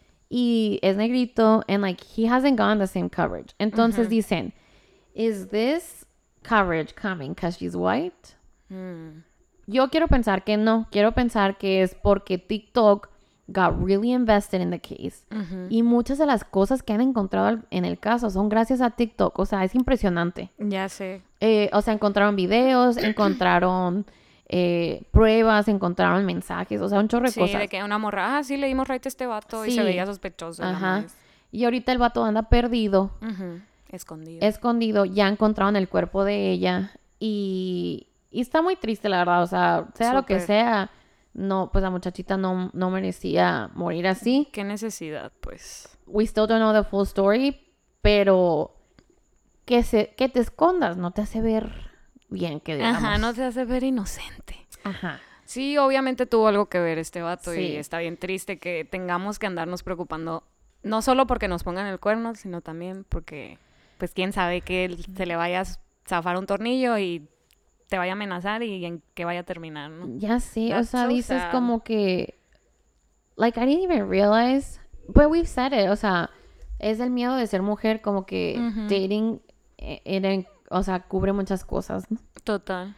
y es negrito and like he hasn't gotten the same coverage. Entonces Ujú. dicen, is this coverage coming because she's white? Mm. Yo quiero pensar que no. Quiero pensar que es porque TikTok got really invested in the case. Ujú. Y muchas de las cosas que han encontrado al- en el caso son gracias a TikTok. O sea, es impresionante. Ya sé. Eh, o sea, encontraron videos, encontraron eh, pruebas, encontraron mensajes. O sea, un chorro de Sí, cosas. de que una morra, ah, sí, le dimos right a este vato y Sí. se veía sospechoso. la Ajá. madre. Y ahorita el vato anda perdido, Ujú. Escondido. escondido. Ya encontraron el cuerpo de ella. Y, y está muy triste, la verdad. O sea, sea lo que Súper. sea, no, pues la muchachita no, no merecía morir así. Qué necesidad, pues. We still don't know the full story, pero que, se, que te escondas no te hace ver bien, que digamos. Ajá, no te hace ver inocente. Ajá. Sí, obviamente tuvo algo que ver este vato Sí. y está bien triste que tengamos que andarnos preocupando, no solo porque nos pongan el cuerno, sino también porque, pues, quién sabe que él se le vaya a zafar un tornillo y te vaya a amenazar y en qué vaya a terminar, ¿no? Ya sí, o That's sea, so dices sad. como que, like, I didn't even realize, but we've said it, o sea, es el miedo de ser mujer, como que Ujú. dating, eh, era- o sea, cubre muchas cosas, ¿no? Total.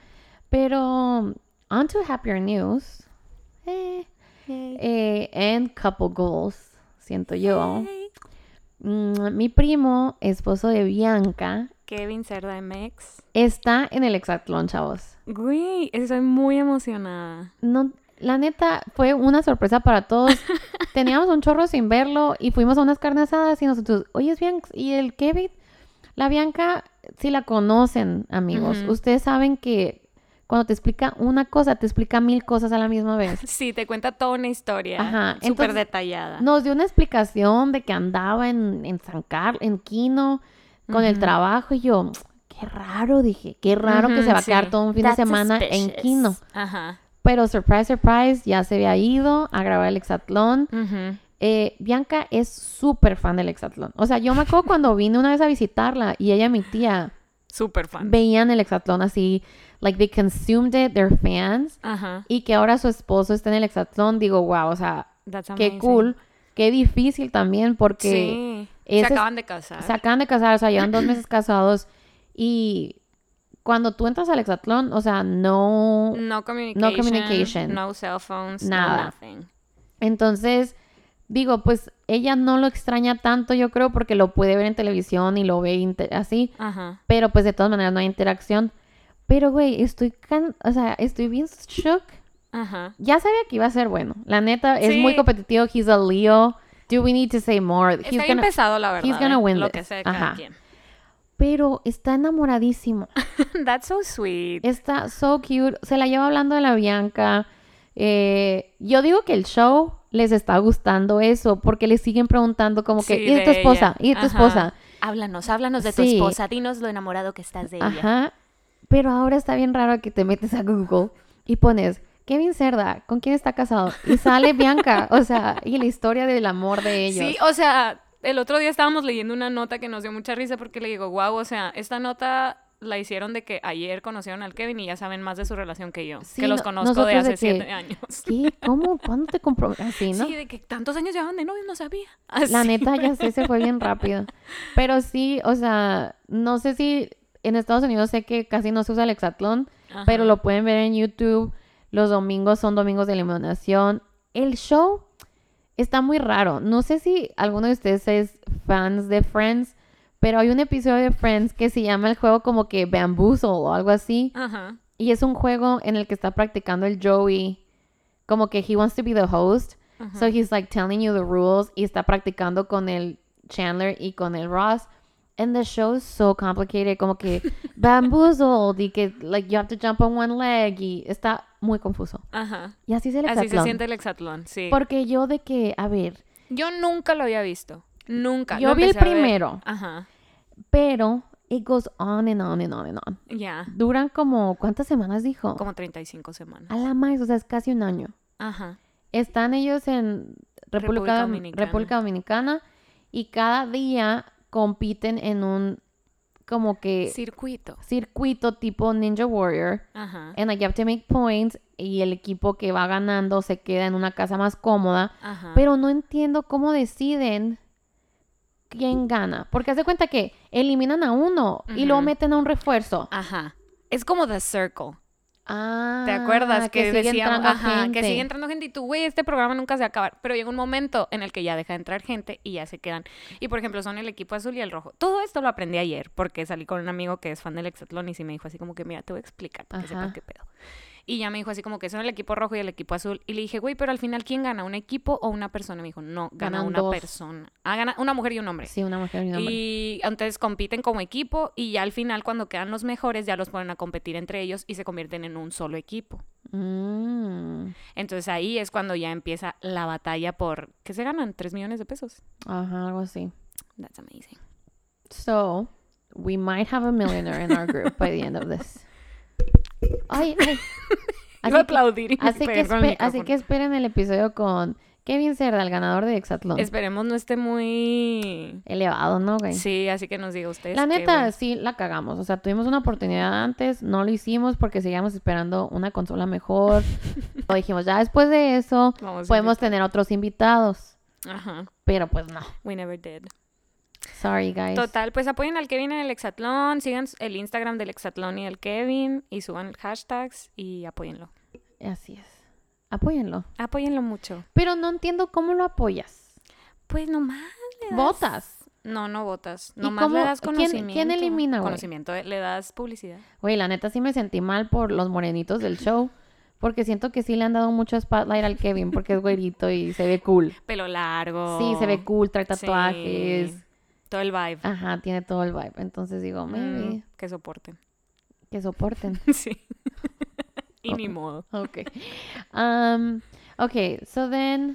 Pero, on to happier news, eh, eh, and couple goals, siento yo. Mm, mi primo, esposo de Bianca, Kevin Cerda M X. está en el hexatlón, chavos. Güey, estoy muy emocionada. No, la neta, fue una sorpresa para todos. Teníamos un chorro sin verlo y fuimos a unas carnes asadas y nosotros, oye, es Bianca, ¿y el Kevin? La Bianca, si la conocen, amigos, Ujú. ustedes saben que cuando te explica una cosa, te explica mil cosas a la misma vez. Sí, te cuenta toda una historia. Ajá, Súper entonces, detallada. Nos dio una explicación de que andaba en, en San Carlos, en Quino, con el Ujú. trabajo y yo, qué raro, dije, qué raro que Ujú, se va a sí. quedar todo un fin de That's semana en suspicious. Quino. Ajá. Pero surprise, surprise, ya se había ido a grabar el hexatlón. Ujú. Eh, Bianca es súper fan del hexatlón. O sea, yo me acuerdo cuando vine una vez a visitarla y ella y mi tía Súper fan. veían el hexatlón así, like they consumed it, they're fans. Ajá. Y que ahora su esposo está en el hexatlón, digo, wow, o sea, That's qué amazing. cool, qué difícil también porque Sí. ese Se es- acaban de casar. se acaban de casar, o sea, llevan dos meses casados y cuando tú entras al hexatlón, o sea, no... No communication. communication. No cell phones. Nada. No nothing. Entonces, digo, pues ella no lo extraña tanto, yo creo, porque lo puede ver en televisión y lo ve inte- así, Ajá. pero pues de todas maneras no hay interacción. Pero, güey, estoy, can- o sea, estoy bien shook. Ajá. Ya sabía que iba a ser bueno. La neta, es Sí. muy competitivo. He's a Leo. Do we need to say more? Está He's bien gonna- pesado, la verdad. he's gonna eh, win Lo this. que sea de cada Ajá. quien. Pero está enamoradísimo. That's so sweet. Está so cute. Se la lleva hablando de la Bianca. Eh, yo digo que el show les está gustando eso porque le siguen preguntando como que, Sí, ¿y de de tu esposa? ella. ¿Y de tu Ajá. esposa? Háblanos, háblanos de tu Sí. esposa. Dinos lo enamorado que estás de ella. Ajá. Pero ahora está bien raro que te metes a Google y pones Kevin Cerda, ¿con quién está casado? Y sale Bianca, o sea, y la historia del amor de ellos. Sí, o sea, el otro día estábamos leyendo una nota que nos dio mucha risa porque le digo, wow, o sea, esta nota la hicieron de que ayer conocieron al Kevin y ya saben más de su relación que yo, Sí, que los no- conozco de nosotros de hace que- siete años. ¿Qué? ¿Cómo? ¿Cuándo te compró? Así, ¿no? Sí, de que tantos años llevaban de novios, no sabía. Así. La neta, ya sé, se fue bien rápido. Pero sí, o sea, no sé si en Estados Unidos sé que casi no se usa el hexatlón, Ajá. pero lo pueden ver en YouTube. Los domingos son domingos de eliminación. El show está muy raro. No sé si alguno de ustedes es fans de Friends, pero hay un episodio de Friends que se llama el juego como que Bamboozle o algo así. Ajá. Y es un juego en el que está practicando el Joey. Como que he wants to be the host. Ajá. So he's like telling you the rules. Y está practicando con el Chandler y con el Ross. And the show is so complicated. Como que bamboozled. Y que like you have to jump on one leg. Y está muy confuso. Ajá. Y así es el Así se hexatlón. siente el hexatlón, sí. Porque yo de que, a ver, Yo nunca lo había visto. Nunca. yo Lo vi el empecé a ver. primero. Ajá. Pero it goes on and on and on and on. Ya. Duran como, ¿cuántas semanas dijo? Como treinta y cinco semanas. A la más, o sea, es casi un año. Ajá. Están ellos en República, República Dom- Dominicana. República Dominicana. Y cada día compiten en un como que Circuito. circuito tipo Ninja Warrior. Ajá. And like you have to make points. Y el equipo que va ganando se queda en una casa más cómoda. Ajá. Pero no entiendo cómo deciden quién gana. Porque hace cuenta que eliminan a uno y luego Ujú. meten a un refuerzo. Ajá. Es como The Circle. Ah, ¿Te acuerdas? Que, sigue decíamos, entrando ajá, gente. que sigue entrando gente y tú, güey, este programa nunca se va a acabar. Pero llega un momento en el que ya deja de entrar gente y ya se quedan. Y por ejemplo, son el equipo azul y el rojo. Todo esto lo aprendí ayer porque salí con un amigo que es fan del hexatlón y sí me dijo así como que, mira, te voy a explicar para que Ajá. sepas qué pedo. Y ya me dijo así como que son el equipo rojo y el equipo azul. Y le dije, güey, pero al final, ¿quién gana? ¿Un equipo o una persona? Y me dijo, no, gana Ganan una dos. persona. Ah, gana una mujer y un hombre. Sí, una mujer y un hombre. Y entonces compiten como equipo y ya al final cuando quedan los mejores ya los ponen a competir entre ellos y se convierten en un solo equipo. Mm. Entonces ahí es cuando ya empieza la batalla por... ¿Qué se ganan? ¿Tres millones de pesos? Ajá, algo así. That's amazing. So, we might have a millionaire in our group by the end of this. Ay, ay. Iba a Así que, aplaudir y me así, que pegué con el espe- así micrófono. que esperen el episodio con Kevin Cerda, el ganador de Hexatlón. Esperemos no esté muy... Elevado, ¿no, güey? Sí, así que nos diga ustedes. La qué, neta, güey. sí, la cagamos. O sea, tuvimos una oportunidad antes, no lo hicimos porque seguíamos esperando una consola mejor. Lo dijimos, ya después de eso, Vamos a podemos intentar. tener otros invitados. Ajá. Pero pues no. We never did. Sorry, guys. Total, pues apoyen al Kevin en el Hexatlón, sigan el Instagram del Hexatlón y del Kevin y suban hashtags y apóyenlo. Así es. Apóyenlo. Apóyenlo mucho. Pero no entiendo cómo lo apoyas. Pues nomás le das... Votas. No, no votas. ¿Y Nomás cómo- le das quién- conocimiento. quién elimina, güey? Conocimiento, eh, le das publicidad. Güey, la neta sí me sentí mal por los morenitos del show. Porque siento que sí le han dado mucho spotlight al Kevin porque es güerito y se ve cool. Pelo largo. Sí, se ve cool, trae Oh, Sí. tatuajes. Todo el vibe. Ajá, tiene todo el vibe. Entonces digo, maybe, Mm, que soporten. que soporten. Sí. y Oh. ni modo. Okay. Um, okay, so then,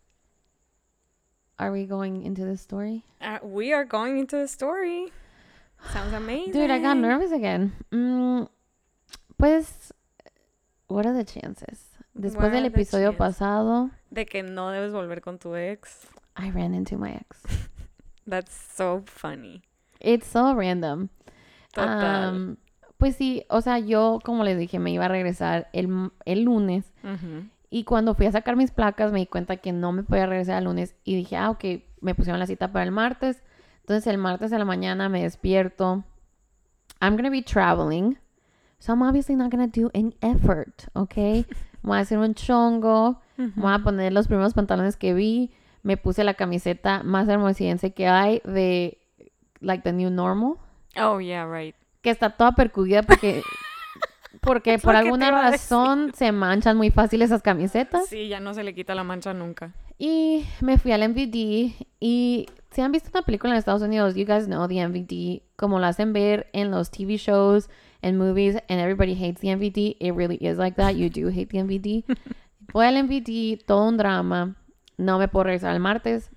are we going into the story? Uh, we are going into the story. Sounds amazing. Dude, I got nervous again. Mm, pues, what are the chances? Después What del are the episodio chances? pasado, De que no debes volver con tu ex. I ran into my ex. That's so funny. It's so random. Total. Um, pues sí, o sea, yo, como les dije, me iba a regresar el, el lunes. Ujú. Y cuando fui a sacar mis placas, me di cuenta que no me podía regresar el lunes. Y dije, ah, ok, me pusieron la cita para el martes. Entonces, el martes a la mañana me despierto. I'm going to be traveling. So, I'm obviously not going to do any effort, ¿ok? Voy a hacer un chongo. Me voy a poner los primeros pantalones que vi. Me puse la camiseta más hermosillense que hay de, like, the new normal. Oh, yeah, right. Que está toda percudida porque... Porque Es por lo que te alguna iba a razón se manchan muy fácil esas camisetas. Sí, ya no se le quita la mancha nunca. Y me fui al M V D. Y si han visto una película en Estados Unidos, you guys know the M V D. Como lo hacen ver en los T V shows and movies. And everybody hates the M V D. It really is like that. You do hate the M V D. Voy al M V D, todo un drama. No me puedo regresar el martes.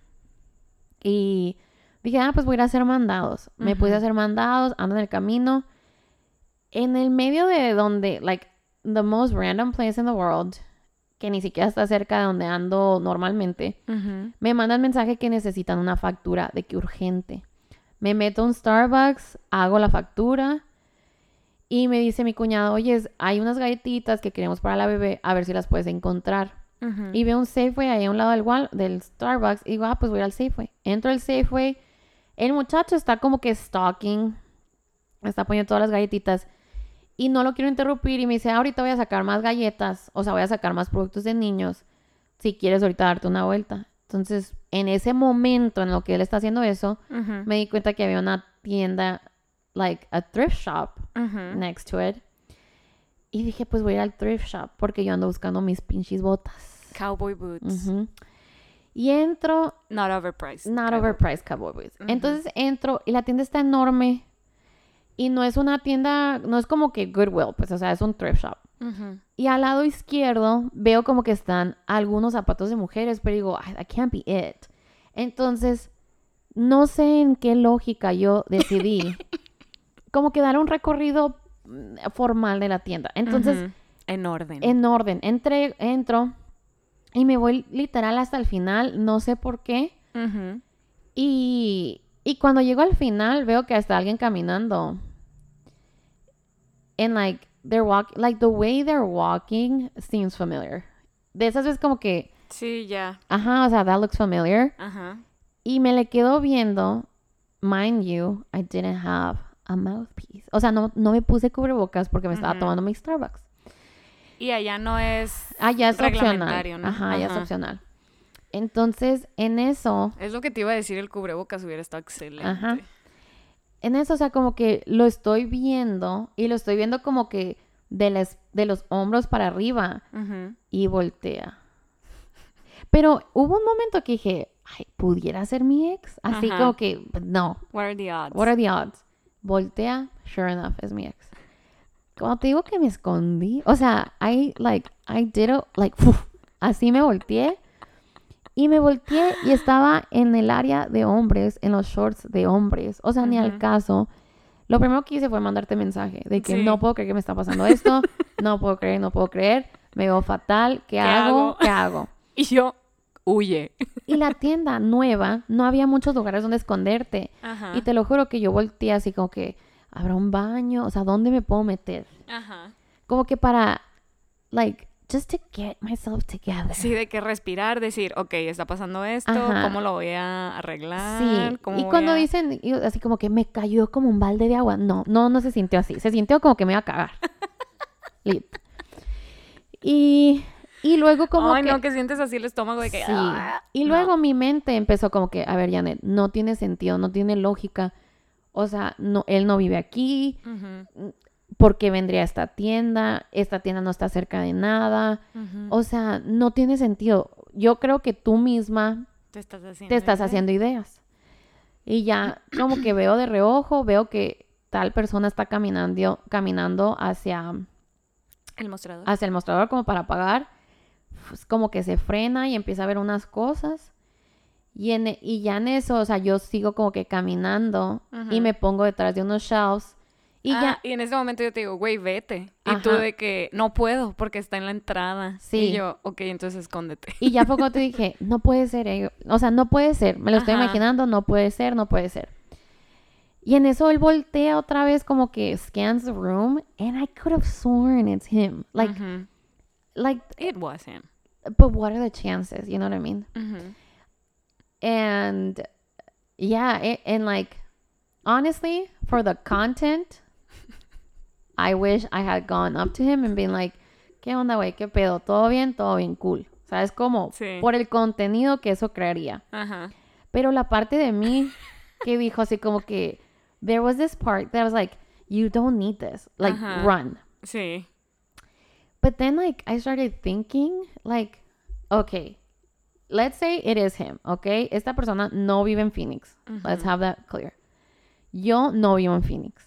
Y dije, ah, pues voy a ir a hacer mandados. Me puse a hacer mandados, ando en el camino. En el medio de donde, like, the most random place in the world, que ni siquiera está cerca de donde ando normalmente, Ujú. me mandan mensaje que necesitan una factura, de que urgente. Me meto a un Starbucks, hago la factura y me dice mi cuñado, oye, hay unas galletitas que queremos para la bebé, a ver si las puedes encontrar. Ujú. Y veo un Safeway ahí a un lado del, wall, del Starbucks y digo, ah, pues voy al Safeway. Entro al Safeway, el muchacho está como que stalking, está poniendo todas las galletitas y no lo quiero interrumpir y me dice, ahorita voy a sacar más galletas, o sea, voy a sacar más productos de niños, si quieres ahorita darte una vuelta. Entonces, en ese momento en lo que él está haciendo eso, Ujú. me di cuenta que había una tienda, like a thrift shop, Ujú. next to it. Y dije, pues voy a ir al thrift shop porque yo ando buscando mis pinches botas. Cowboy boots. Ujú. Y entro, Not overpriced. not Cowboy. overpriced cowboy boots. Ujú. Entonces entro y la tienda está enorme. Y no es una tienda, no es como que Goodwill, pues, o sea, es un thrift shop. Ujú. Y al lado izquierdo veo como que están algunos zapatos de mujeres, pero digo, "Ay, that can't be it." Entonces, no sé en qué lógica yo decidí como que dar un recorrido mm, formal de la tienda. Entonces, Ujú. En orden. en orden, entré, entro, Y me voy literal hasta el final, no sé por qué. Ujú. Y, y cuando llego al final, veo que hasta alguien caminando. And like, they're walking, like the way they're walking seems familiar. De esas veces como que, Sí, ya. ajá, o sea, that looks familiar. Ajá. Y me le quedo viendo. Mind you, I didn't have a mouthpiece. O sea, no, no me puse cubrebocas porque me estaba Ujú. tomando mi Starbucks. Y allá no es Ah, ya es opcional. reglamentario, ¿no? Ajá, ya es opcional. Entonces, en eso, Es lo que te iba a decir, el cubrebocas hubiera estado excelente. Ajá. en eso, o sea, como que lo estoy viendo y lo estoy viendo como que de, las, de los hombros para arriba Ujú. y voltea. Pero hubo un momento que dije, ay, ¿pudiera ser mi ex? Así Ajá. como que, no. What are the odds? What are the odds? Voltea, sure enough, es mi ex. Como te digo que me escondí, o sea, I, like, I did it, like, uf, así me volteé. Y me volteé y estaba en el área de hombres, en los shorts de hombres. O sea, ni al Ujú. caso. Lo primero que hice fue mandarte mensaje de que Sí. no puedo creer que me está pasando esto. No puedo creer, no puedo creer. Me veo fatal. ¿Qué, ¿Qué hago? hago? ¿Qué hago? Y yo, huye. Y la tienda nueva, no había muchos lugares donde esconderte. Ajá. Y te lo juro que yo volteé así como que, ¿habrá un baño? O sea, ¿dónde me puedo meter? Ajá. Como que para, like, just to get myself together. Sí, de que respirar, decir, ok, está pasando esto, Ajá. ¿cómo lo voy a arreglar? Sí, ¿Cómo y voy cuando a- dicen y así como que me cayó como un balde de agua, no, no, no se sintió así, se sintió como que me iba a cagar. Lit. Y, y luego como Ay, que... no, que sientes así el estómago de que... Sí. "Ah". Y No. luego mi mente empezó como que, a ver, Janet, no tiene sentido, no tiene lógica. O sea, no, él no vive aquí, Ujú, ¿por qué vendría a esta tienda? Esta tienda no está cerca de nada. ujú. O sea, no tiene sentido. Yo creo que tú misma Te estás haciendo te estás idea. haciendo ideas. Y ya como que veo de reojo, veo que tal persona está caminando, caminando hacia, El mostrador. hacia el mostrador como para pagar. Pues como que se frena y empieza a ver unas cosas. Y, en, y ya en eso, o sea, yo sigo como que caminando y Ujú. me pongo detrás de unos shelves. Y Ah, ya, y en ese momento yo te digo, güey, vete. Y tú Ajá. de que no puedo porque está en la entrada. Sí. Y yo, ok, entonces escóndete. y ya poco te dije, no puede ser, eh. O sea, no puede ser. Me lo estoy Ajá. imaginando, no puede ser, no puede ser. Y en eso él voltea otra vez como que scans the room and I could have sworn it's him. Like, Ujú. like, It was him. but what are the chances? You know what I mean? Ujú. And yeah, it, and like, honestly, for the content, I wish I had gone up to him and been like, ¿qué onda, güey? ¿Qué pedo? ¿Todo bien? Todo bien, cool. ¿Sabes cómo? Sí. Por el contenido que eso crearía. Ajá. Pero la parte de mí que dijo así como que, there was this part that was like, you don't need this. Like, Ajá. run. Sí. But then, like, I started thinking, like, okay, let's say it is him, okay? Esta persona no vive en Phoenix. Let's have that clear. Yo no vivo en Phoenix.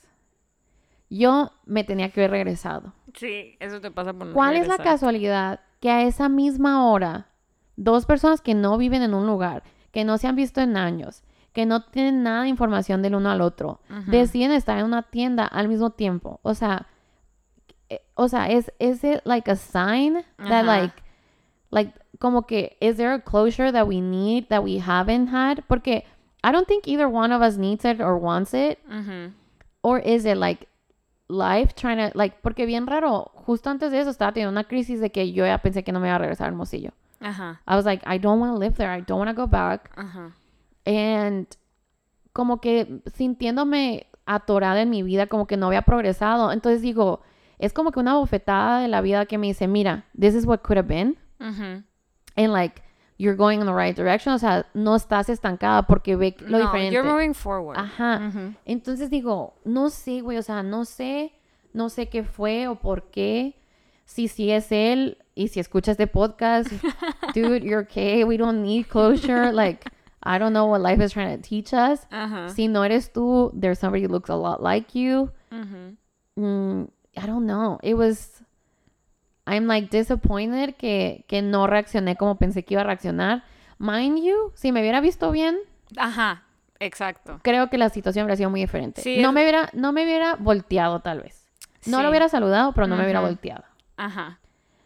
Yo me tenía que haber regresado. Sí, eso te pasa por no ¿Cuál es la regresar. casualidad que a esa misma hora, dos personas que no viven en un lugar, que no se han visto en años, que no tienen nada de información del uno al otro, Ujú. deciden estar en una tienda al mismo tiempo? O sea, eh, o sea, es is it like a sign that Ajá. like like como que is there a closure that we need that we haven't had? Porque I don't think either one of us needs it or wants it, Ujú. or is it like life trying to like, porque bien raro, justo antes de eso estaba teniendo una crisis de que yo ya pensé que no me iba a regresar a Hermosillo. Ajá. I was like, I don't want to live there, I don't want to go back. Ajá. And como que sintiéndome atorada en mi vida, como que no había progresado. Entonces digo, es como que una bofetada de la vida que me dice, mira, this is what could have been. Ujú. And like, you're going in the right direction. O sea, no estás estancada porque ve lo No, diferente. you're moving forward. Ajá. Ujú. Entonces digo, no sé, güey, o sea, no sé, no sé qué fue o por qué. Si sí es él y si escuchas este podcast, dude, you're okay. We don't need closure. Like, I don't know what life is trying to teach us. Ajá. Si no eres tú, there's somebody who looks a lot like you. Ujú. Mm, I don't know. It was... I'm like disappointed que, que no reaccioné como pensé que iba a reaccionar. Mind you, si me hubiera visto bien, Ajá. Exacto. creo que la situación habría sido muy diferente. Sí, no, es- me hubiera, no me hubiera volteado tal vez. No Sí. lo hubiera saludado, pero no me hubiera Ujú. volteado. Ajá.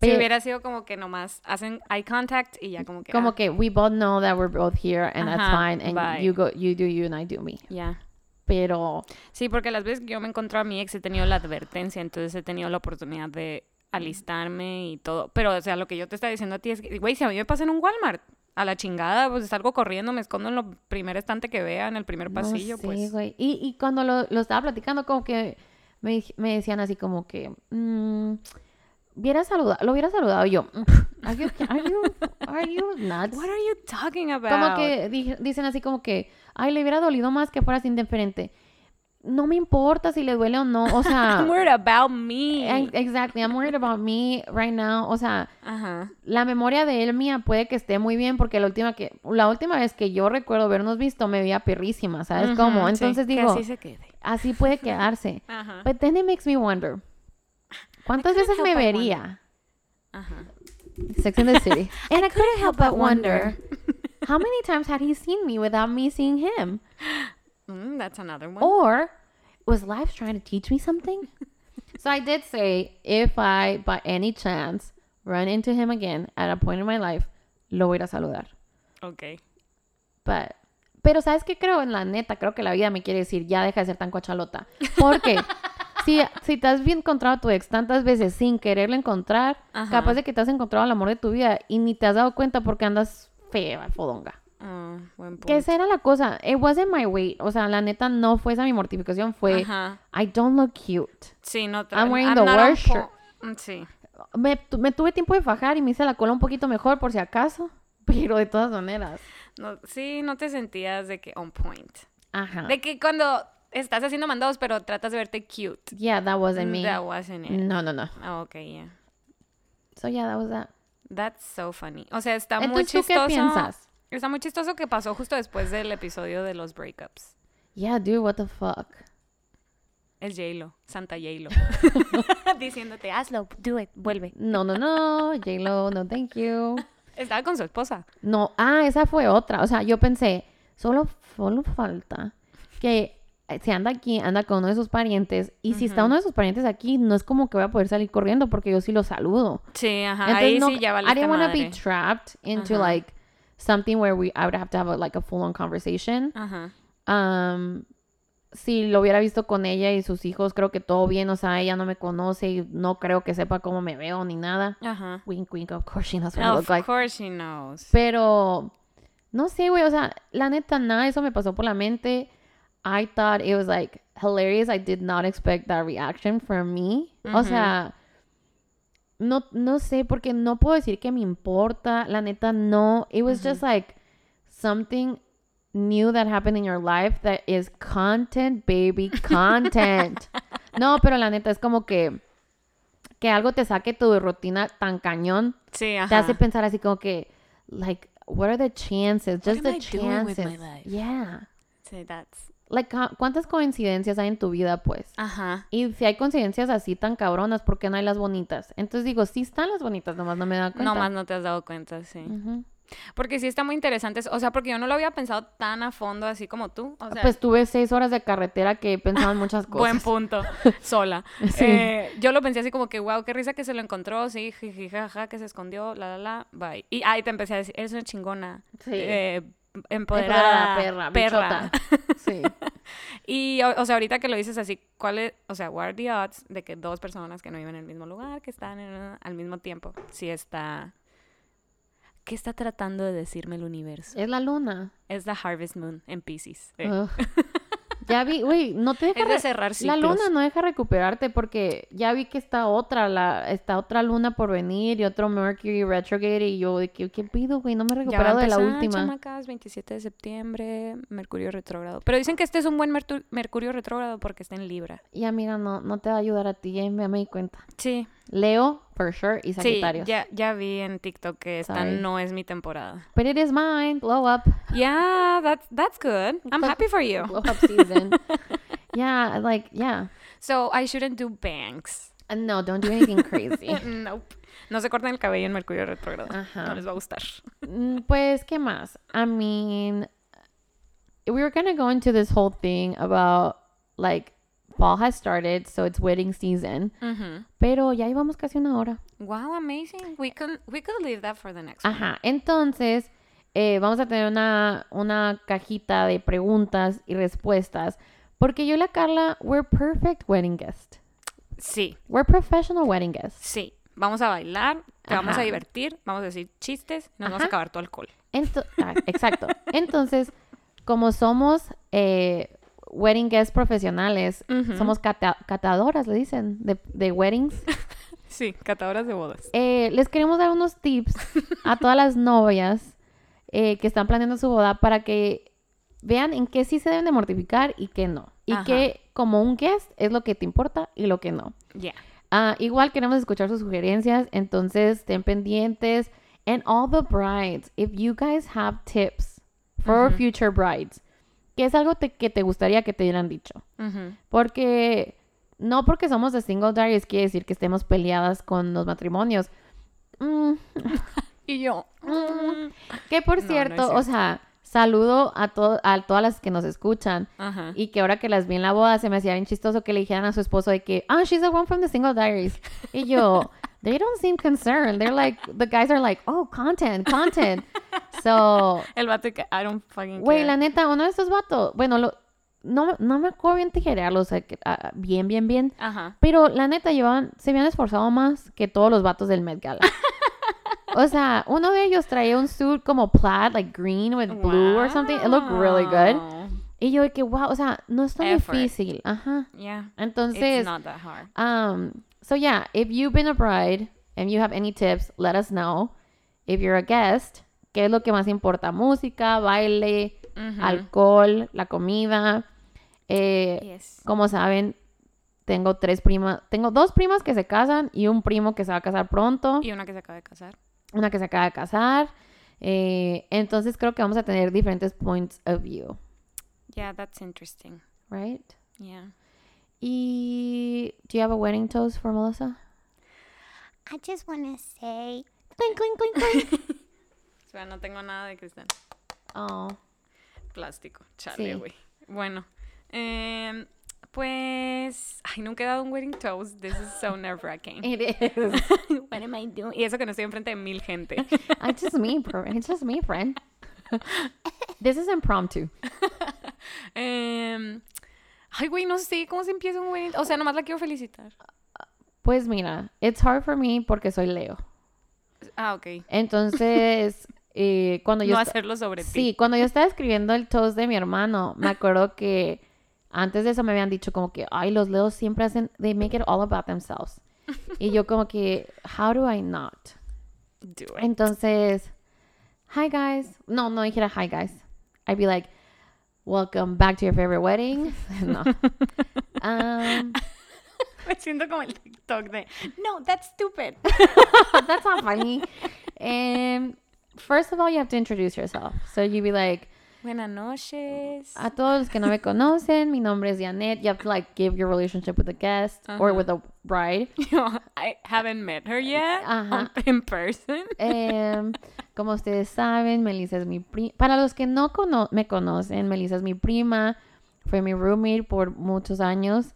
Si Pe- hubiera sido como que nomás hacen eye contact y ya como que... Como ah, que we both know that we're both here and that's Ajá, fine. And bye. you go, you do you and I do me. ya. Pero, Sí, porque las veces que yo me encontré a mi ex he tenido la advertencia, entonces he tenido la oportunidad de alistarme y todo. Pero, o sea, lo que yo te estaba diciendo a ti es que, güey, si a mí me pasa en un Walmart, a la chingada, pues salgo corriendo, me escondo en el primer estante que vea, en el primer pasillo, no sé, pues. güey. Y, y cuando lo, lo estaba platicando, como que me, me decían así como que, mm, hubiera saludado, lo hubiera saludado y yo. Are you, are you, are you nuts? What are you talking about? Como que di- dicen así como que, ay, le hubiera dolido más que fueras indiferente. No me importa si le duele o no, o sea. I'm worried about me. I- Exactly, I'm worried about me right now. O sea, Ajá. la memoria de él mía puede que esté muy bien porque la última que la última vez que yo recuerdo habernos visto me veía perrísima, ¿sabes Ujú, cómo? sí, Entonces que digo, así se quede. así puede quedarse. Ajá. But then it makes me wonder. ¿Cuántas couldn't veces me help but vería? Ajá. Sex and the City. And I couldn't help but wonder. How many times had he seen me without me seeing him? Mm, that's another one. Or was life trying to teach me something? So I did say, if I, by any chance, run into him again at a point in my life, lo voy a ir a saludar. Ok. But, pero ¿sabes qué creo? En la neta, creo que la vida me quiere decir, ya deja de ser tan cochalota. Porque si, si te has bien encontrado a tu ex tantas veces sin quererlo encontrar, Ajá. capaz de que te has encontrado al amor de tu vida y ni te has dado cuenta porque andas fea, fodonga. Ah, buen punto. Que esa era la cosa. It wasn't my weight. O sea, la neta no fue esa mi mortificación. Fue, Ajá. I don't look cute. Sí, no tra- I'm wearing I'm the not on worst po- shirt. Mm, Sí. Me, tu- me tuve tiempo de fajar y me hice la cola un poquito mejor por si acaso. Pero de todas maneras. No, sí, no te sentías de que on point. Ajá. De que cuando estás haciendo mandados, pero tratas de verte cute. Yeah, that wasn't me. That wasn't it. No, no, no. Ah, ok, yeah. So yeah, that was that. That's so funny. O sea, está muy Entonces, ¿tú chistoso. qué piensas? Está muy chistoso que pasó justo después del episodio de los breakups. Yeah, dude, what the fuck? Es J-Lo, Santa J-Lo. Diciéndote, hazlo, do it, vuelve. No, no, no. J-Lo, no thank you. Estaba con su esposa. No, ah, esa fue otra. O sea, yo pensé, solo, solo falta que si anda aquí, anda con uno de sus parientes. Y si está Ujú. uno de sus parientes aquí, no es como que voy a poder salir corriendo porque yo sí lo saludo. Sí, ajá. Entonces, Ahí no, sí ya I valiste didn't want to be madre. trapped into Ajá. like something where we I would have to have a, like a full on conversation. Ajá. Um, si lo hubiera visto con ella y sus hijos, creo que todo bien. O sea, ella no me conoce y no creo que sepa cómo me veo ni nada. Ajá. Wink, wink, of course she knows what I look Of like. course she knows. Pero, no sé, güey, o sea, la neta, nada de eso me pasó por la mente. I thought it was, like, hilarious. I did not expect that reaction from me. O Ujú. sea, no, no sé, porque no puedo decir que me importa. La neta, no. It was just, like, something new that happened in your life that is content, baby, content. No, pero la neta, es como que que algo te saque tu rutina tan cañón Sí, ajá. te hace pensar así como que, like, what are the chances? Just am the I doing with chances. my life? Yeah. Sí, that's... Like, cu- ¿cuántas coincidencias hay en tu vida, pues? Ajá. Y si hay coincidencias así tan cabronas, ¿por qué no hay las bonitas? Entonces digo, sí están las bonitas, nomás no me da cuenta. No más no te has dado cuenta, sí. Ujú. Porque sí está muy interesante. O sea, porque yo no lo había pensado tan a fondo así como tú. O sea, Pues tuve seis horas de carretera que pensaba en muchas cosas. buen punto. Sola. Sí. Eh, yo lo pensé así como que, wow, qué risa que se lo encontró. Sí, jiji, jaja, que se escondió, la, la, la, bye. Y ahí te empecé a decir, eres una chingona. Sí. Eh, Empoderada, empoderada. perra, bichota. Sí. Y, o, o sea, ahorita que lo dices así, ¿cuál es, o sea, what are the odds de que dos personas que no viven en el mismo lugar, que están en- al mismo tiempo, si está... ¿Qué está tratando de decirme el universo? Es la luna. Es la Harvest Moon en Pisces. Eh, Ugh. Ya vi, güey, no te deja es de re- cerrar La ciclos. luna no deja recuperarte porque ya vi que está otra, la, está otra luna por venir y otro Mercury retrograde y yo de que, ¿qué pido, güey? No me he Ya va a recuperado de la empezar, última. chamacas, veintisiete de septiembre, Mercurio retrógrado. Pero dicen que este es un buen mertu- Mercurio retrógrado porque está en Libra. Y amiga, no, no te va a ayudar a ti, ya me, me di cuenta. Sí, Leo, for sure, y sí, Sagitario. ya, ya vi en TikTok que esta Sorry. no es mi temporada. But it is mine, blow up. Yeah, that's, that's good. I'm happy for you. Blow up season. Yeah, like, yeah. So, I shouldn't do bangs. Uh, No, don't do anything crazy. Nope. No se corten el cabello en Mercurio retrógrado. Ajá. No les va a gustar. Mm, Pues, ¿qué más? I mean, we were gonna go into this whole thing about, like, fall has started, so it's wedding season. Ujú. Pero ya llevamos casi una hora. Wow, amazing. We could, we could leave that for the next one. Ajá, entonces eh, vamos a tener una, una cajita de preguntas y respuestas. Porque yo y la Carla, we're perfect wedding guests. Sí, We're professional wedding guests. sí. Vamos a bailar, te vamos Ajá. a divertir, vamos a decir chistes, nos vamos a Ajá. acabar tu alcohol. Ento- ah, exacto. Entonces, como somos eh, wedding guests profesionales, Ujú. somos cata- catadoras, le dicen, de, de weddings. Sí, catadoras de bodas. Eh, les queremos dar unos tips a todas las novias eh, que están planeando su boda para que vean en qué sí se deben de mortificar y qué no. Y Ajá. que como un guest es lo que te importa y lo que no. Ya. Ah, igual queremos escuchar sus sugerencias, entonces estén pendientes. And all the brides, if you guys have tips for Ujú. future brides, ¿qué es algo te- que te gustaría que te hubieran dicho? Ujú. Porque no porque somos de Single Diaries quiere decir que estemos peleadas con los matrimonios. Mm, Y yo. Mm. que por No, no es cierto, o cierto. sea, saludo a, to- a todas las que nos escuchan. Ajá. Y que ahora que las vi en la boda se me hacía bien chistoso que le dijeran a su esposo de que, ah, she's the one from the Single Diaries. Y yo, they don't seem concerned. They're like, the guys are like, oh, content, content. So, El vato que I don't fucking güey, care. la neta, uno de estos vatos, bueno, lo, no, no me acuerdo bien tijerearlo, o sea, que, ah, bien, bien, bien. Ajá. Pero la neta, llevaban, se habían esforzado más que todos los vatos del Met Gala. O sea, uno de ellos traía un suit como plaid, like green with blue or something. It looked really good. Wow. Y yo de que, wow, o sea, no es tan Effort. difícil. Ajá. Yeah. Entonces, It's not that hard. um, so yeah, if you've been a bride and you have any tips, let us know. If you're a guest, ¿qué es lo que más importa? Música, baile, Ujú. alcohol, la comida. Eh, Yes. Como saben, tengo tres primas, tengo dos primas que se casan y un primo que se va a casar pronto, Y una que se acaba de casar. una que se acaba de casar. Eh, entonces creo que vamos a tener diferentes points of view, Yeah, that's interesting. right? Yeah. Y do you have a wedding toast for Melissa? I just want to say Clink, clink, clink, clink. O sea, no tengo nada de cristal. Oh, Plástico. Chale, Sí. güey. Bueno. em, pues... Ay, nunca he dado un wedding toast. This is so nerve-wracking. it is. What am I doing? Y eso que no estoy enfrente de mil gente. It's just me, bro. It's just me, friend. This is impromptu. Em, ay, güey, no sé cómo se empieza un wedding. O sea, nomás la quiero felicitar. Pues mira, it's hard for me porque soy Leo. Ah, ok. Entonces, eh, cuando yo No esta- hacerlo sobre ti. sí, cuando yo estaba escribiendo el toast de mi hermano, me acuerdo que antes de eso me habían dicho como que, ay, los Leos siempre hacen, they make it all about themselves. Y yo como que, how do I not? Do it. Entonces, hi guys. No, no dijera hi guys. I'd be like, welcome back to your favorite wedding. No. Um, Me siento como el TikTok de, no, that's stupid. that's not funny. And first of all, you have to introduce yourself. So you'd be like, Buenas noches. a todos los que no me conocen, mi nombre es Janet. You have to like give your relationship with the guest or Ajá. with the bride. I haven't met her yet Ajá. on- in person. Em, como ustedes saben, Melissa es mi prima. Para los que no cono- me conocen, Melissa es mi prima. Fue mi roommate por muchos años.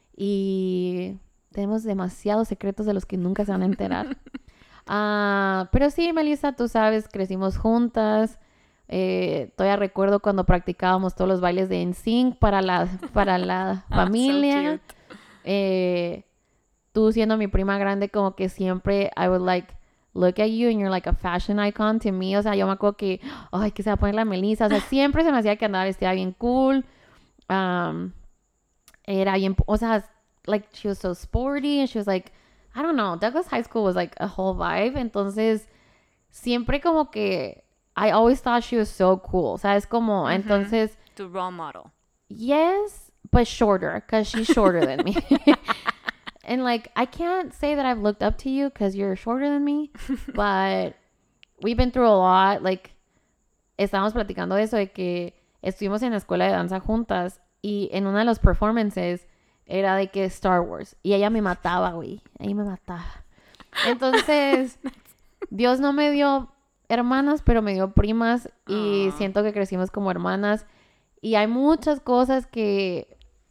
Y tenemos demasiados secretos de los que nunca se van a enterar. Ah, pero sí, Melissa, tú sabes, crecimos juntas. Eh, todavía recuerdo cuando practicábamos todos los bailes de N Sync para la, para la Ah, so familia. cute. Eh, tú siendo mi prima grande, como que siempre I would like look at you and you're like a fashion icon to me. O sea, yo me acuerdo que, ay, que se va a poner la Melissa. O sea, siempre se me hacía que andaba vestida bien cool. Um, era bien, o sea, like she was so sporty and she was like, I don't know, Douglas High School was like a whole vibe. Entonces, siempre como que I always thought she was so cool. O sea, es como, Ujú. entonces, Tu role model. yes, but shorter, because she's shorter than me. And like, I can't say that I've looked up to you because you're shorter than me, but we've been through a lot. Like, estábamos platicando de eso, de que estuvimos en la escuela de danza juntas y en una de los performances era de que Star Wars y ella me mataba, güey. Ella me mataba. Entonces, Dios no me dio hermanas, pero me dio primas y Ah. siento que crecimos como hermanas. Y hay muchas cosas que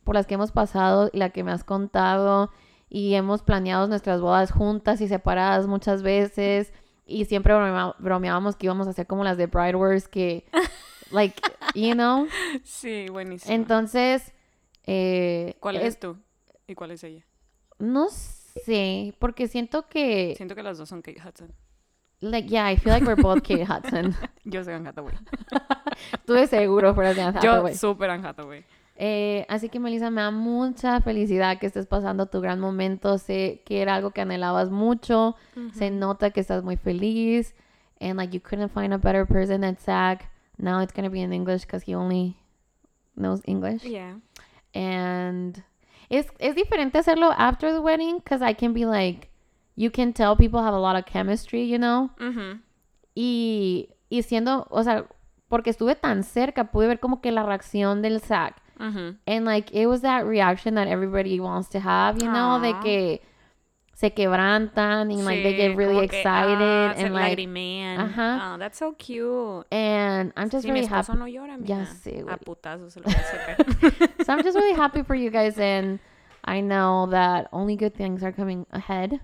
por las que hemos pasado y la que me has contado. Y hemos planeado nuestras bodas juntas y separadas muchas veces. Y siempre bromea- bromeábamos que íbamos a hacer como las de Bride Wars, que, like, you know. Sí, buenísimo. Entonces, eh, ¿Cuál es- eres tú? ¿Y cuál es ella? no sé, porque siento que, Siento que las dos son Kate Hudson. like, yeah, I feel like we're both Kate Hudson. Yo soy Anne Hathaway. Tú de seguro fueras de Anne Yo Hathaway. súper Anne Hathaway. Eh, así que, Melissa, me da mucha felicidad que estés pasando tu gran momento. Sé que era algo que anhelabas mucho. Se nota que estás muy feliz. And, like, you couldn't find a better person than Zach. Now it's going to be in English because he only knows English. Yeah. And es, es diferente hacerlo after the wedding because I can be like, you can tell people have a lot of chemistry, you know? Ujú. Y, y siendo, o sea, porque estuve tan cerca, pude ver como que la reacción del Zach. Ujú. And like, it was that reaction that everybody wants to have, you know? De Aw. que se quebrantan and like they Sí, get really como que, excited ah, se and like, lagrimean. Ajá. Oh, that's so cute. and I'm just Si mi really esposo happy. no llora, Ya mira. sé, güey. A putazos se lo voy a sacar. So I'm just really happy for you guys, and I know that only good things are coming ahead.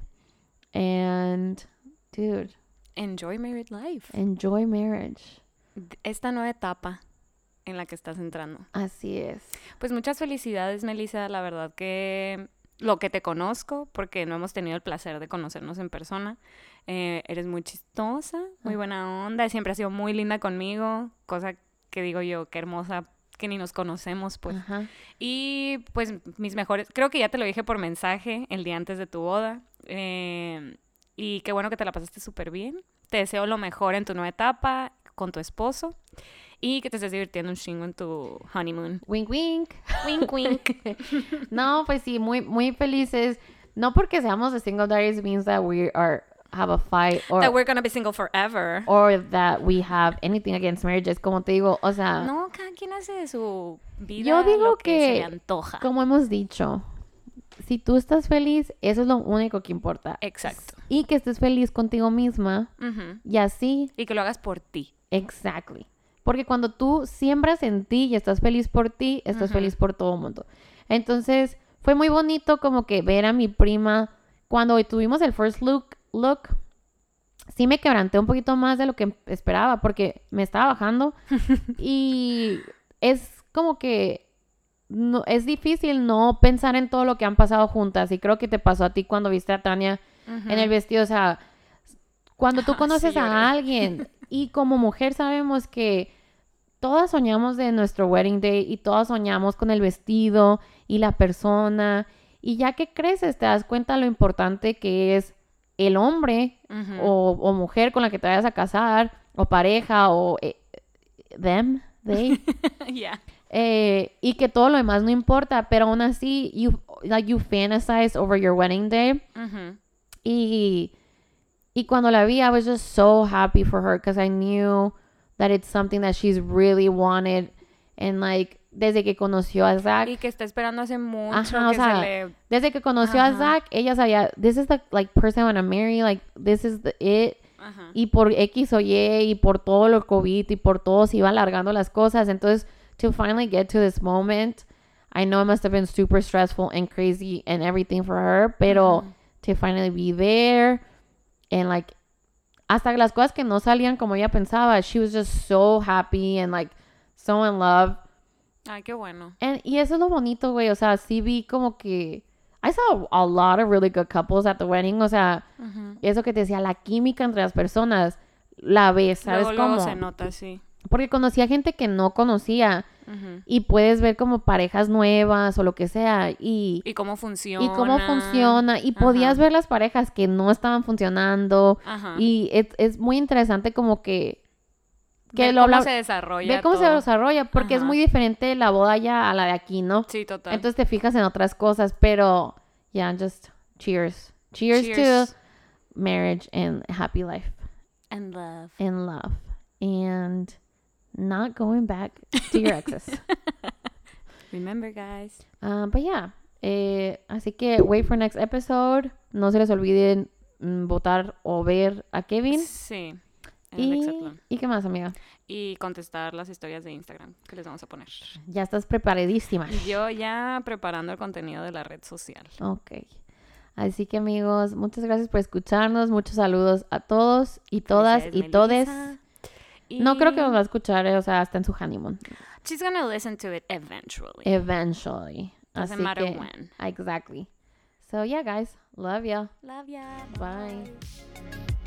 And dude, Enjoy married life. enjoy marriage. Esta nueva etapa en la que estás entrando. Así es. Pues muchas felicidades, Melissa. La verdad que lo que te conozco, porque no hemos tenido el placer de conocernos en persona, eh, eres muy chistosa, muy buena onda. Siempre has sido muy linda conmigo, cosa que digo yo, qué hermosa, que ni nos conocemos, pues. Ajá. Y pues mis mejores, creo que ya te lo dije por mensaje el día antes de tu boda. eh, y qué bueno que te la pasaste súper bien. Te deseo lo mejor en tu nueva etapa con tu esposo y que te estés divirtiendo un chingo en tu honeymoon. Wink, wink. Wink, wink. No, pues sí, muy, muy felices. No porque seamos de Single Diaries means that we are have a fight or That we're gonna be single forever. or that we have anything against marriages. Como te digo, o sea, No, cada quien hace de su vida Yo digo lo que, se que- le antoja. como hemos dicho, si tú estás feliz, eso es lo único que importa. Exacto. Y que estés feliz contigo misma Ujú. y así. Y que lo hagas por ti. Exactly. Porque cuando tú siembras en ti y estás feliz por ti, estás Ujú. feliz por todo el mundo. Entonces, fue muy bonito como que ver a mi prima cuando tuvimos el first look, look, sí me quebranté un poquito más de lo que esperaba porque me estaba bajando y es como que no, es difícil no pensar en todo lo que han pasado juntas y creo que te pasó a ti cuando viste a Tania Ujú. en el vestido, o sea, cuando tú Ah, conoces sí, lloré. a alguien y como mujer sabemos que todas soñamos de nuestro wedding day y todas soñamos con el vestido y la persona y ya que creces te das cuenta lo importante que es el hombre Ujú. o, o mujer con la que te vayas a casar o pareja o eh, them, they Yeah. eh, y que todo lo demás no importa, pero aún así you like you fantasize over your wedding day. Ujú. Y, y cuando la vi, I was just so happy for her because I knew that it's something that she's really wanted. And like, desde que conoció a Zach, Y que está esperando hace mucho Ajá, o que sea, se le... desde que conoció a Ajá. Zach, ella sabía, this is the like person I want to marry, like, this is the it. Ajá. Y por X o Y, y por todo lo COVID, y por todo se iban alargando las cosas. Entonces, to finally get to this moment, I know it must have been super stressful and crazy and everything for her, pero Ujú. to finally be there and like hasta las cosas que no salían como ella pensaba, she was just so happy and like so in love. Ay, qué bueno. And, y eso es lo bonito, güey, o sea, sí vi como que I saw a lot of really good couples at the wedding, o sea, Ujú. eso que te decía, la química entre las personas, la ves, ¿sabes Luego, cómo? luego se nota, sí. Porque conocía gente que no conocía Ujú. y puedes ver como parejas nuevas o lo que sea y, Y cómo funciona. y cómo funciona y podías Ajá. ver las parejas que no estaban funcionando Ajá. y es, es muy interesante como que que Ver lo cómo habla- se desarrolla ver cómo se todo. desarrolla porque es Ajá. muy diferente la boda ya a la de aquí, ¿no? Sí, total. Entonces te fijas en otras cosas, pero yeah, just cheers. Cheers, Cheers. to marriage and happy life And love. and love and not going back to your exes. Remember, guys. Um, but yeah, eh, así que wait for next episode. No se les olviden mm, votar o ver a Kevin. Sí. en el ¿Y, Hexatlón. ¿Y qué más, amiga? Y contestar las historias de Instagram que les vamos a poner. Ya estás preparadísima. Yo ya preparando el contenido de la red social. Ok. Así que, amigos, muchas gracias por escucharnos. Muchos saludos a todos y todas y Felicidades, todes. Melissa. No creo que Y nos va a escuchar, eh, o sea, hasta en su honeymoon. She's gonna listen to it eventually. Eventually. Doesn't Así matter que, when. Exactly. So, yeah, guys. Love ya. Love ya. Bye.